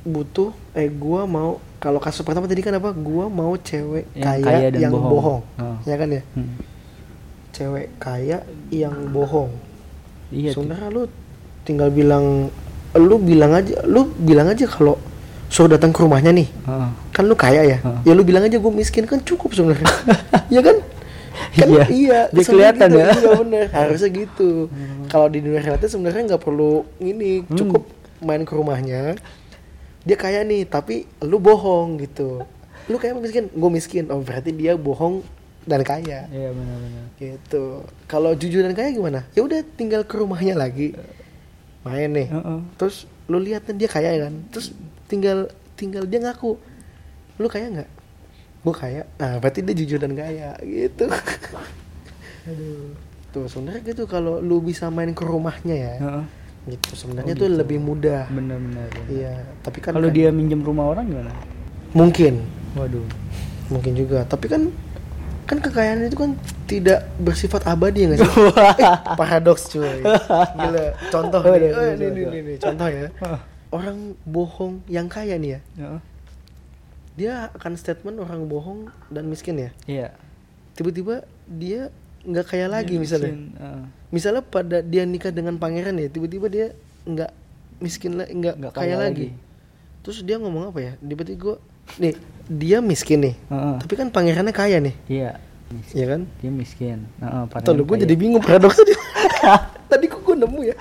mau kalau kasus pertama tadi kan apa? Gue mau cewek Yang kaya kaya dan yang bohong. bohong. Ya kan ya? Cewek kaya yang bohong. Iya. Sebenarnya lu tinggal lu bilang aja kalau suruh datang ke rumahnya nih. Kan lu kaya ya. Ya lu bilang aja gue miskin kan cukup sebenarnya. Iya kan? Kan iya. Dia kelihatan gitu, ya. Iya bener. Harusnya gitu. Kalau di dunia realita sebenarnya nggak perlu ini, cukup main ke rumahnya. Dia kaya nih, tapi lu bohong gitu. Lu kayak miskin, gue miskin. Oh berarti dia bohong dan kaya. Iya benar-benar. Gitu. Kalau jujur dan kaya gimana? Ya udah tinggal ke rumahnya lagi. Main nih. Terus lu lihat dia kaya kan. Terus tinggal dia ngaku. Lu kaya nggak? Gue kaya. Nah, berarti dia jujur dan kaya gitu. Aduh. Tuh sebenarnya gitu kalau lu bisa main ke rumahnya ya. Gitu sebenarnya tuh gitu. lebih mudah. Benar-benar. Iya, tapi kan kalau dia minjem rumah orang gimana? Mungkin. Waduh. Mungkin juga. Tapi kan kekayaan itu kan tidak bersifat abadi ya nggak sih? Paradoks cuy. Gila. Contoh nih. Contoh ya. Orang bohong yang kaya nih ya. Dia akan statement orang bohong dan miskin ya. Iya. Tiba-tiba dia nggak kaya lagi misalnya. Misalnya pada dia nikah dengan pangeran ya, tiba-tiba dia nggak miskin nggak kaya lagi. Terus dia ngomong apa ya? Tiba-tiba dia miskin nih. Tapi kan pangerannya kaya nih. Iya. Iya kan? Dia miskin. Tuh gue jadi bingung paradoksnya. Tadi kok gue nemu ya.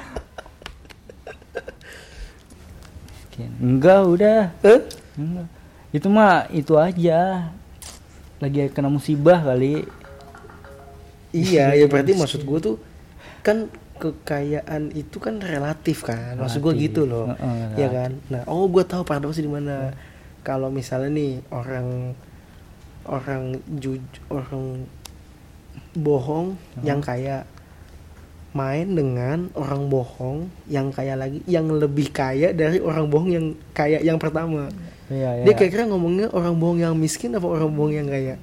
Enggak udah. Enggak. Itu mah itu aja. Lagi kena musibah kali. Iya, ya berarti maksud gue tuh kan kekayaan itu kan relatif kan. Maksud gue gitu loh. Ya kan? Nah, gue tahu paradoksnya di mana. Kalau misalnya nih orang bohong yang kaya main dengan orang bohong yang kaya lagi, yang lebih kaya dari orang bohong yang kaya yang pertama. Iya. Dia kira-kira ngomongnya orang bohong yang miskin apa orang bohong yang kaya?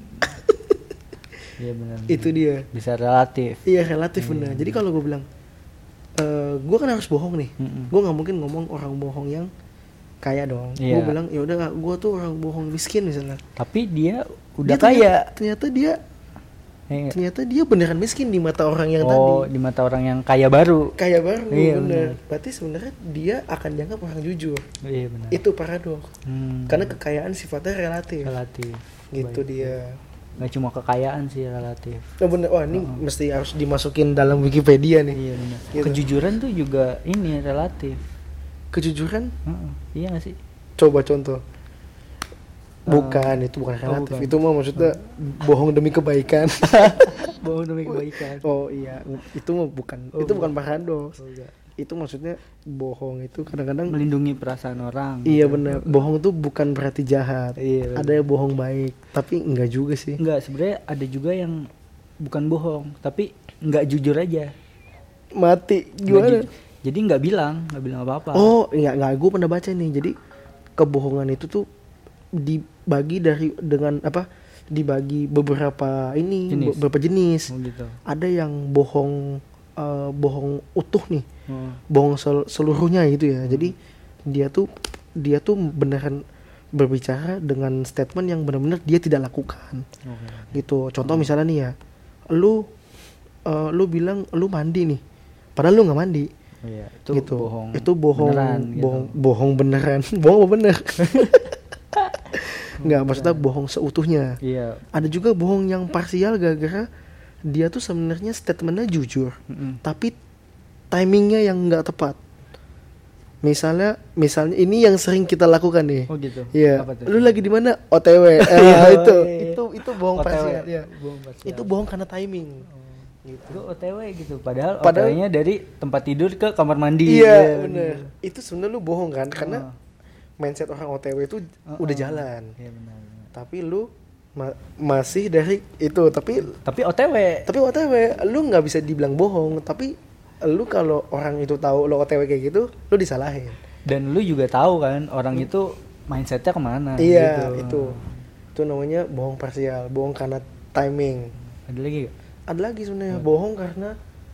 Iya benar. Itu dia. Bisa relatif. Iya relatif benar. Jadi kalau gue bilang, gue kan harus bohong nih. Gue nggak mungkin ngomong orang bohong yang kaya dong. Gue bilang ya udah, gue tuh orang bohong miskin misalnya. Tapi dia udah kaya. Ternyata dia beneran miskin di mata orang yang tadi. Oh, di mata orang yang kaya baru. Iya, bener. Bener. Berarti sebenarnya dia akan dianggap orang jujur. Iya benar. Itu paradoks. Karena kekayaan sifatnya relatif. Gitu. Baik. Dia. Nggak cuma kekayaan sih relatif. Oh bener. Wah ini mesti harus dimasukin dalam Wikipedia nih. Iya benar. Gitu. Kejujuran tuh juga ini relatif. Kejujuran? Iya nggak sih? Coba contoh. Bukan, itu bukan relatif. Bukan. Itu mah maksudnya bohong demi kebaikan. Bohong demi kebaikan. Oh iya, itu mah bukan. Itu bukan paradoks. itu maksudnya bohong itu kadang-kadang melindungi perasaan orang. iya gitu. benar. Bohong tuh bukan berarti jahat. Iya, bener. Ada yang bohong baik, tapi enggak juga sih. Enggak, sebenarnya ada juga yang bukan bohong, tapi nggak jujur aja. Mati Nggak gimana? jadi nggak bilang apa-apa. Oh, enggak, gue pernah baca nih. Jadi kebohongan itu tuh dibagi dibagi beberapa Jenis. beberapa jenis. Oh, gitu. Ada yang bohong utuh nih. Oh. Bohong seluruhnya gitu ya. Jadi dia tuh beneran berbicara dengan statement yang benar-benar dia tidak lakukan. Oke. Gitu. Contoh misalnya nih ya. Lu bilang lu mandi nih. Padahal lu nggak mandi. Oh, iya. Itu Gitu. bohong. Itu bohong beneran, gitu. bohong beneran. Bohong apa bener? Nggak, maksudnya bohong seutuhnya. Iya. Ada juga bohong yang parsial gara-gara dia tuh sebenarnya statementnya jujur, tapi timingnya yang nggak tepat. Misalnya ini yang sering kita lakukan nih. Oh gitu. Iya. Apa tuh? Lu lagi di mana? OTW. Itu bohong OTW. parsial. Ya. Bohong parsial. Itu bohong karena timing. Gitu. Itu OTW gitu. Padahal Padahal- OTW-nya dari tempat tidur ke kamar mandi. Iya, bener. Itu sebenarnya lu bohong kan? Karena Oh. mindset orang OTW itu udah jalan. Iya benar. Tapi lu masih dari itu. Tapi Tapi OTW lu nggak bisa dibilang bohong. Tapi lu kalau orang itu tahu lu OTW kayak gitu, lu disalahin. dan lu juga tahu kan orang itu mindsetnya kemana. Iya, gitu. itu namanya bohong parsial, bohong karena timing. Ada lagi gak? Ada lagi sebenarnya bohong karena,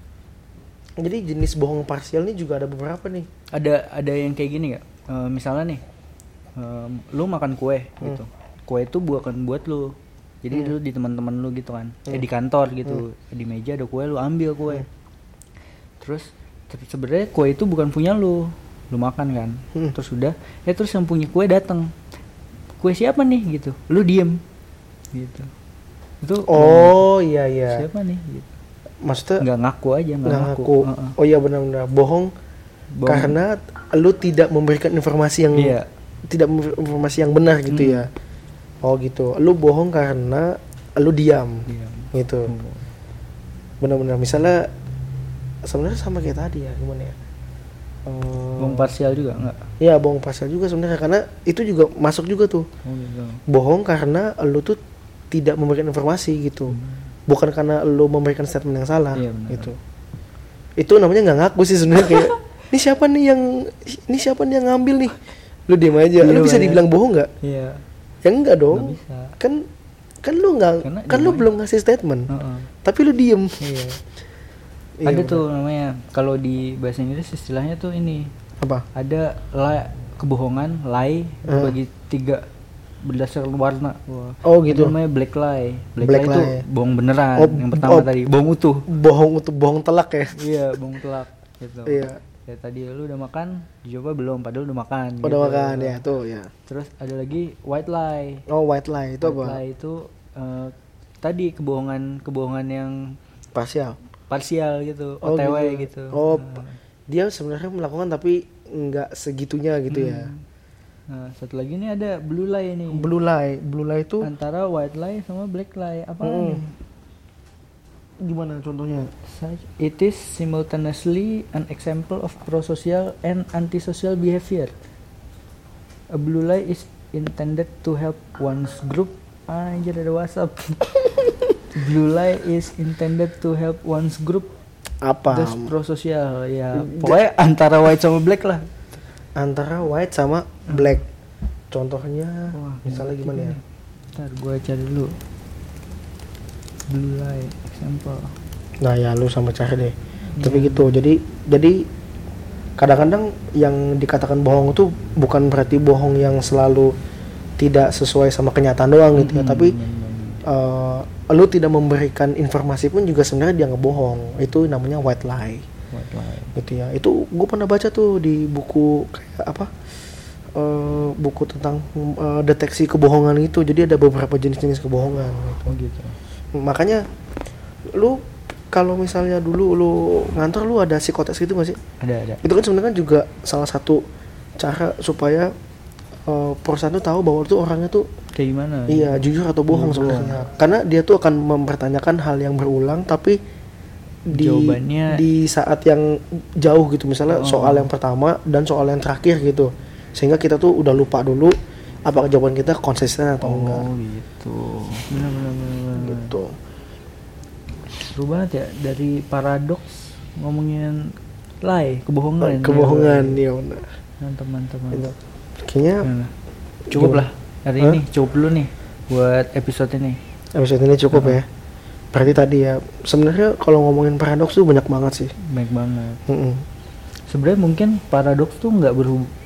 jadi jenis bohong parsial ini juga ada beberapa nih. Ada yang kayak gini gak? Misalnya nih, lu makan kue gitu. Kue itu bukan buat lu. Jadi lu di teman-teman lu gitu kan. Di kantor gitu. Di meja ada kue, lu ambil kue. Terus sebenarnya kue itu bukan punya lu. Lu makan kan. Terus udah, terus yang punya kue datang. Kue siapa nih gitu. Lu diem. Gitu. Itu Oh iya iya. siapa nih gitu. Maksudnya Nggak ngaku aja, nggak nggak ngaku. ngaku. Heeh. Oh iya benar-benar bohong karena lu tidak memberikan informasi yang Iya. tidak informasi yang benar gitu ya. Oh gitu. Lu bohong karena lu diam. Diam. Gitu. Benar-benar misalnya sebenarnya sama kayak tadi ya, gimana ya? Bohong parsial juga enggak? Iya, bohong parsial juga sebenarnya karena itu juga masuk juga tuh. Oh gitu. Bohong karena lu tuh tidak memberikan informasi gitu. Bukan karena lu memberikan statement yang salah Iya, benar. gitu. Itu namanya nggak ngaku sih sebenarnya kayak ini siapa nih yang ngambil nih? Lu diam aja. Iya, Lu bisa benar. dibilang bohong nggak? Iya. Ya enggak dong. Nggak bisa. Kan lu nggak Karena kan lu diam belum ngasih statement. Heeh. Tapi lu diem. Iya. Iya, Ada benar. tuh namanya kalau di bahasa Inggris istilahnya tuh ini. Apa? Ada kebohongan, lie bagi 3 berdasarkan warna. Wah. Oh gitu. Itu namanya black lie. Black Black lie itu lie. bohong beneran. Oh, yang pertama oh. tadi bohong utuh. Bohong telak ya. Iya, bohong telak gitu. Iya. Ya tadi lu udah makan, dicoba belum? Padahal udah makan. Udah gitu. makan ya tuh ya. Terus ada lagi white lie. Oh white lie itu White apa? lie itu tadi kebohongan yang Parsial. parsial gitu, Oh, OTW gitu. gitu. Oh, dia sebenarnya melakukan tapi nggak segitunya gitu ya. Nah, satu lagi nih ada blue lie nih. Blue lie itu Antara white lie sama black lie. Apa nih? gimana contohnya? It is simultaneously an example of prosocial and antisocial behavior. A blue lie is intended to help one's group. Anjir ada WhatsApp. Blue lie is intended to help one's group. Apa? Thus prosocial ya. Pokoknya antara white sama black lah. Antara white sama black. Contohnya Wah, misalnya gimana ya? Ntar gue cari dulu. Blue lie example. Nah ya lu sama cari deh. Tapi gitu. Jadi kadang-kadang yang dikatakan bohong itu bukan berarti bohong yang selalu tidak sesuai sama kenyataan doang gitu ya. Tapi lu tidak memberikan informasi pun juga sebenarnya dia ngebohong. Itu namanya white lie. White lie. Gitu ya. Itu gue pernah baca tuh di buku kayak apa? Buku tentang deteksi kebohongan itu. Jadi ada beberapa jenis-jenis kebohongan gitu. Oh gitu. Makanya lu kalau misalnya dulu lu ngantor lu ada psikotes gitu gak sih? Ada. Itu kan sebenarnya juga salah satu cara supaya perusahaan tuh tahu bahwa tuh orangnya tuh Kayak gimana? iya jujur atau bohong sebenarnya. Karena dia tuh akan mempertanyakan hal yang berulang tapi Jawabannya di saat yang jauh gitu, misalnya soal yang pertama dan soal yang terakhir gitu, sehingga kita tuh udah lupa dulu apakah jawaban kita konsisten atau enggak. Oh gitu. Benar. Gitu. Seru banget ya, dari paradoks ngomongin kebohongan. Ya benar. Mantap. Gitu. Kayaknya cukup lah hari ini, cukup dulu nih buat episode ini. Episode ini cukup ya. Berarti tadi ya, sebenarnya kalau ngomongin paradoks tuh banyak banget sih. Banyak banget. Sebenarnya mungkin paradoks tuh nggak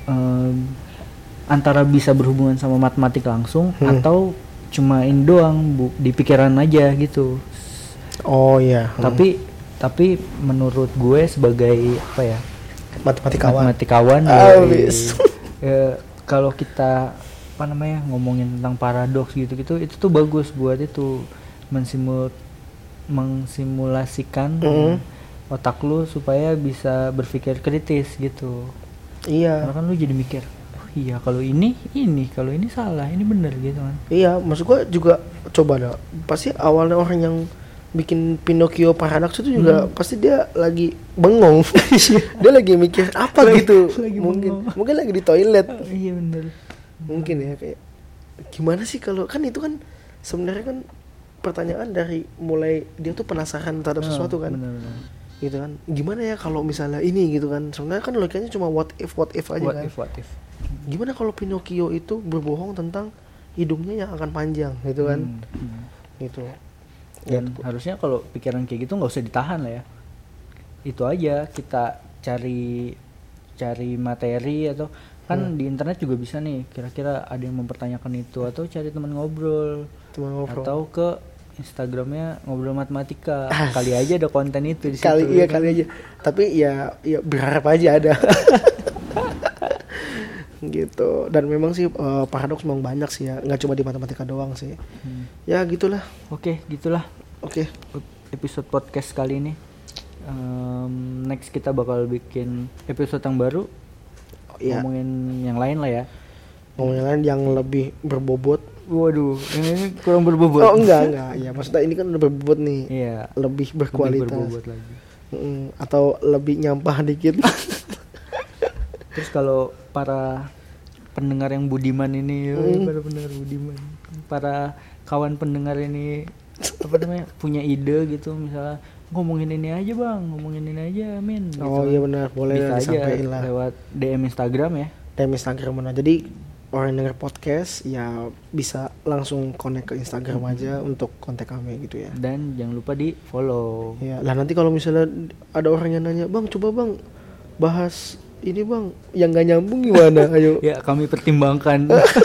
antara bisa berhubungan sama matematik langsung atau cuma ini doang, di pikiran aja gitu. Oh iya. Tapi menurut gue sebagai apa ya? Matematikawan. Kalau kita ngomongin tentang paradoks gitu-gitu, itu tuh bagus buat itu mengsimulasikan otak lu supaya bisa berpikir kritis gitu. Iya. Karena kan lu jadi mikir, oh iya kalau ini kalau ini salah, ini benar gitu kan. Iya, maksud gua juga coba dah. Pasti awalnya orang yang bikin Pinocchio paradoks itu juga pasti dia lagi bengong. Dia lagi mikir apa gitu. Mungkin lagi di toilet. Iya benar. Mungkin ya, kayak gimana sih kalau kan itu kan sebenarnya kan pertanyaan dari mulai dia tuh penasaran terhadap sesuatu kan. Bener. Gitu kan. Gimana ya kalau misalnya ini gitu kan. Sebenarnya kan logikanya cuma what if aja kan. What if. Gimana kalau Pinocchio itu berbohong tentang hidungnya yang akan panjang gitu kan. Gitu. Dan harusnya kalau pikiran kayak gitu nggak usah ditahan lah ya. Itu aja, kita cari materi atau kan di internet juga bisa nih, kira-kira ada yang mempertanyakan itu, atau cari teman ngobrol. Atau ke Instagramnya Ngobrol Matematika. Kali aja ada konten itu di situ. Kali aja. Tapi ya berharap aja ada. Gitu. Dan memang sih paradoks memang banyak sih ya, nggak cuma di matematika doang sih. Ya gitulah. Oke. Episode podcast kali ini. Next kita bakal bikin episode yang baru. Ngomongin yang lain lah ya. Ngomongin yang lain yang lebih berbobot. Waduh, ini kurang berbobot. Oh enggak. Ya maksudnya ini kan udah berbobot nih. Iya. Lebih berkualitas. Lebih berbobot lagi. Atau lebih nyampah dikit. Terus kalau para pendengar yang budiman ini, para pendengar budiman, para kawan pendengar ini punya ide gitu, misalnya ngomongin ini aja Min gitu. Oh iya benar, boleh disampaikan lah lewat DM Instagram ya. DM Instagram mana, jadi orang yang denger podcast ya bisa langsung connect ke Instagram aja untuk kontak kami gitu ya. Dan jangan lupa di follow ya. Lah nanti kalau misalnya ada orang yang nanya, bang coba bang bahas ini bang yang gak nyambung gimana, ayo. Ya kami pertimbangkan.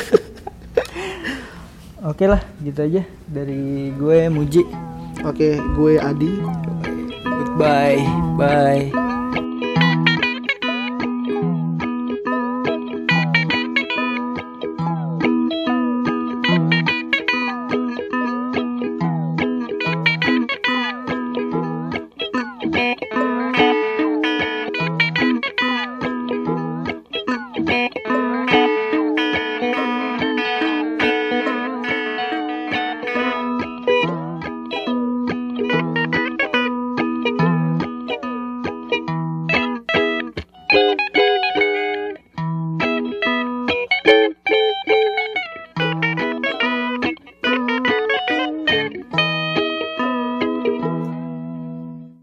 Oke lah, gitu aja dari gue Muji. Oke, gue Adi. Goodbye, bye.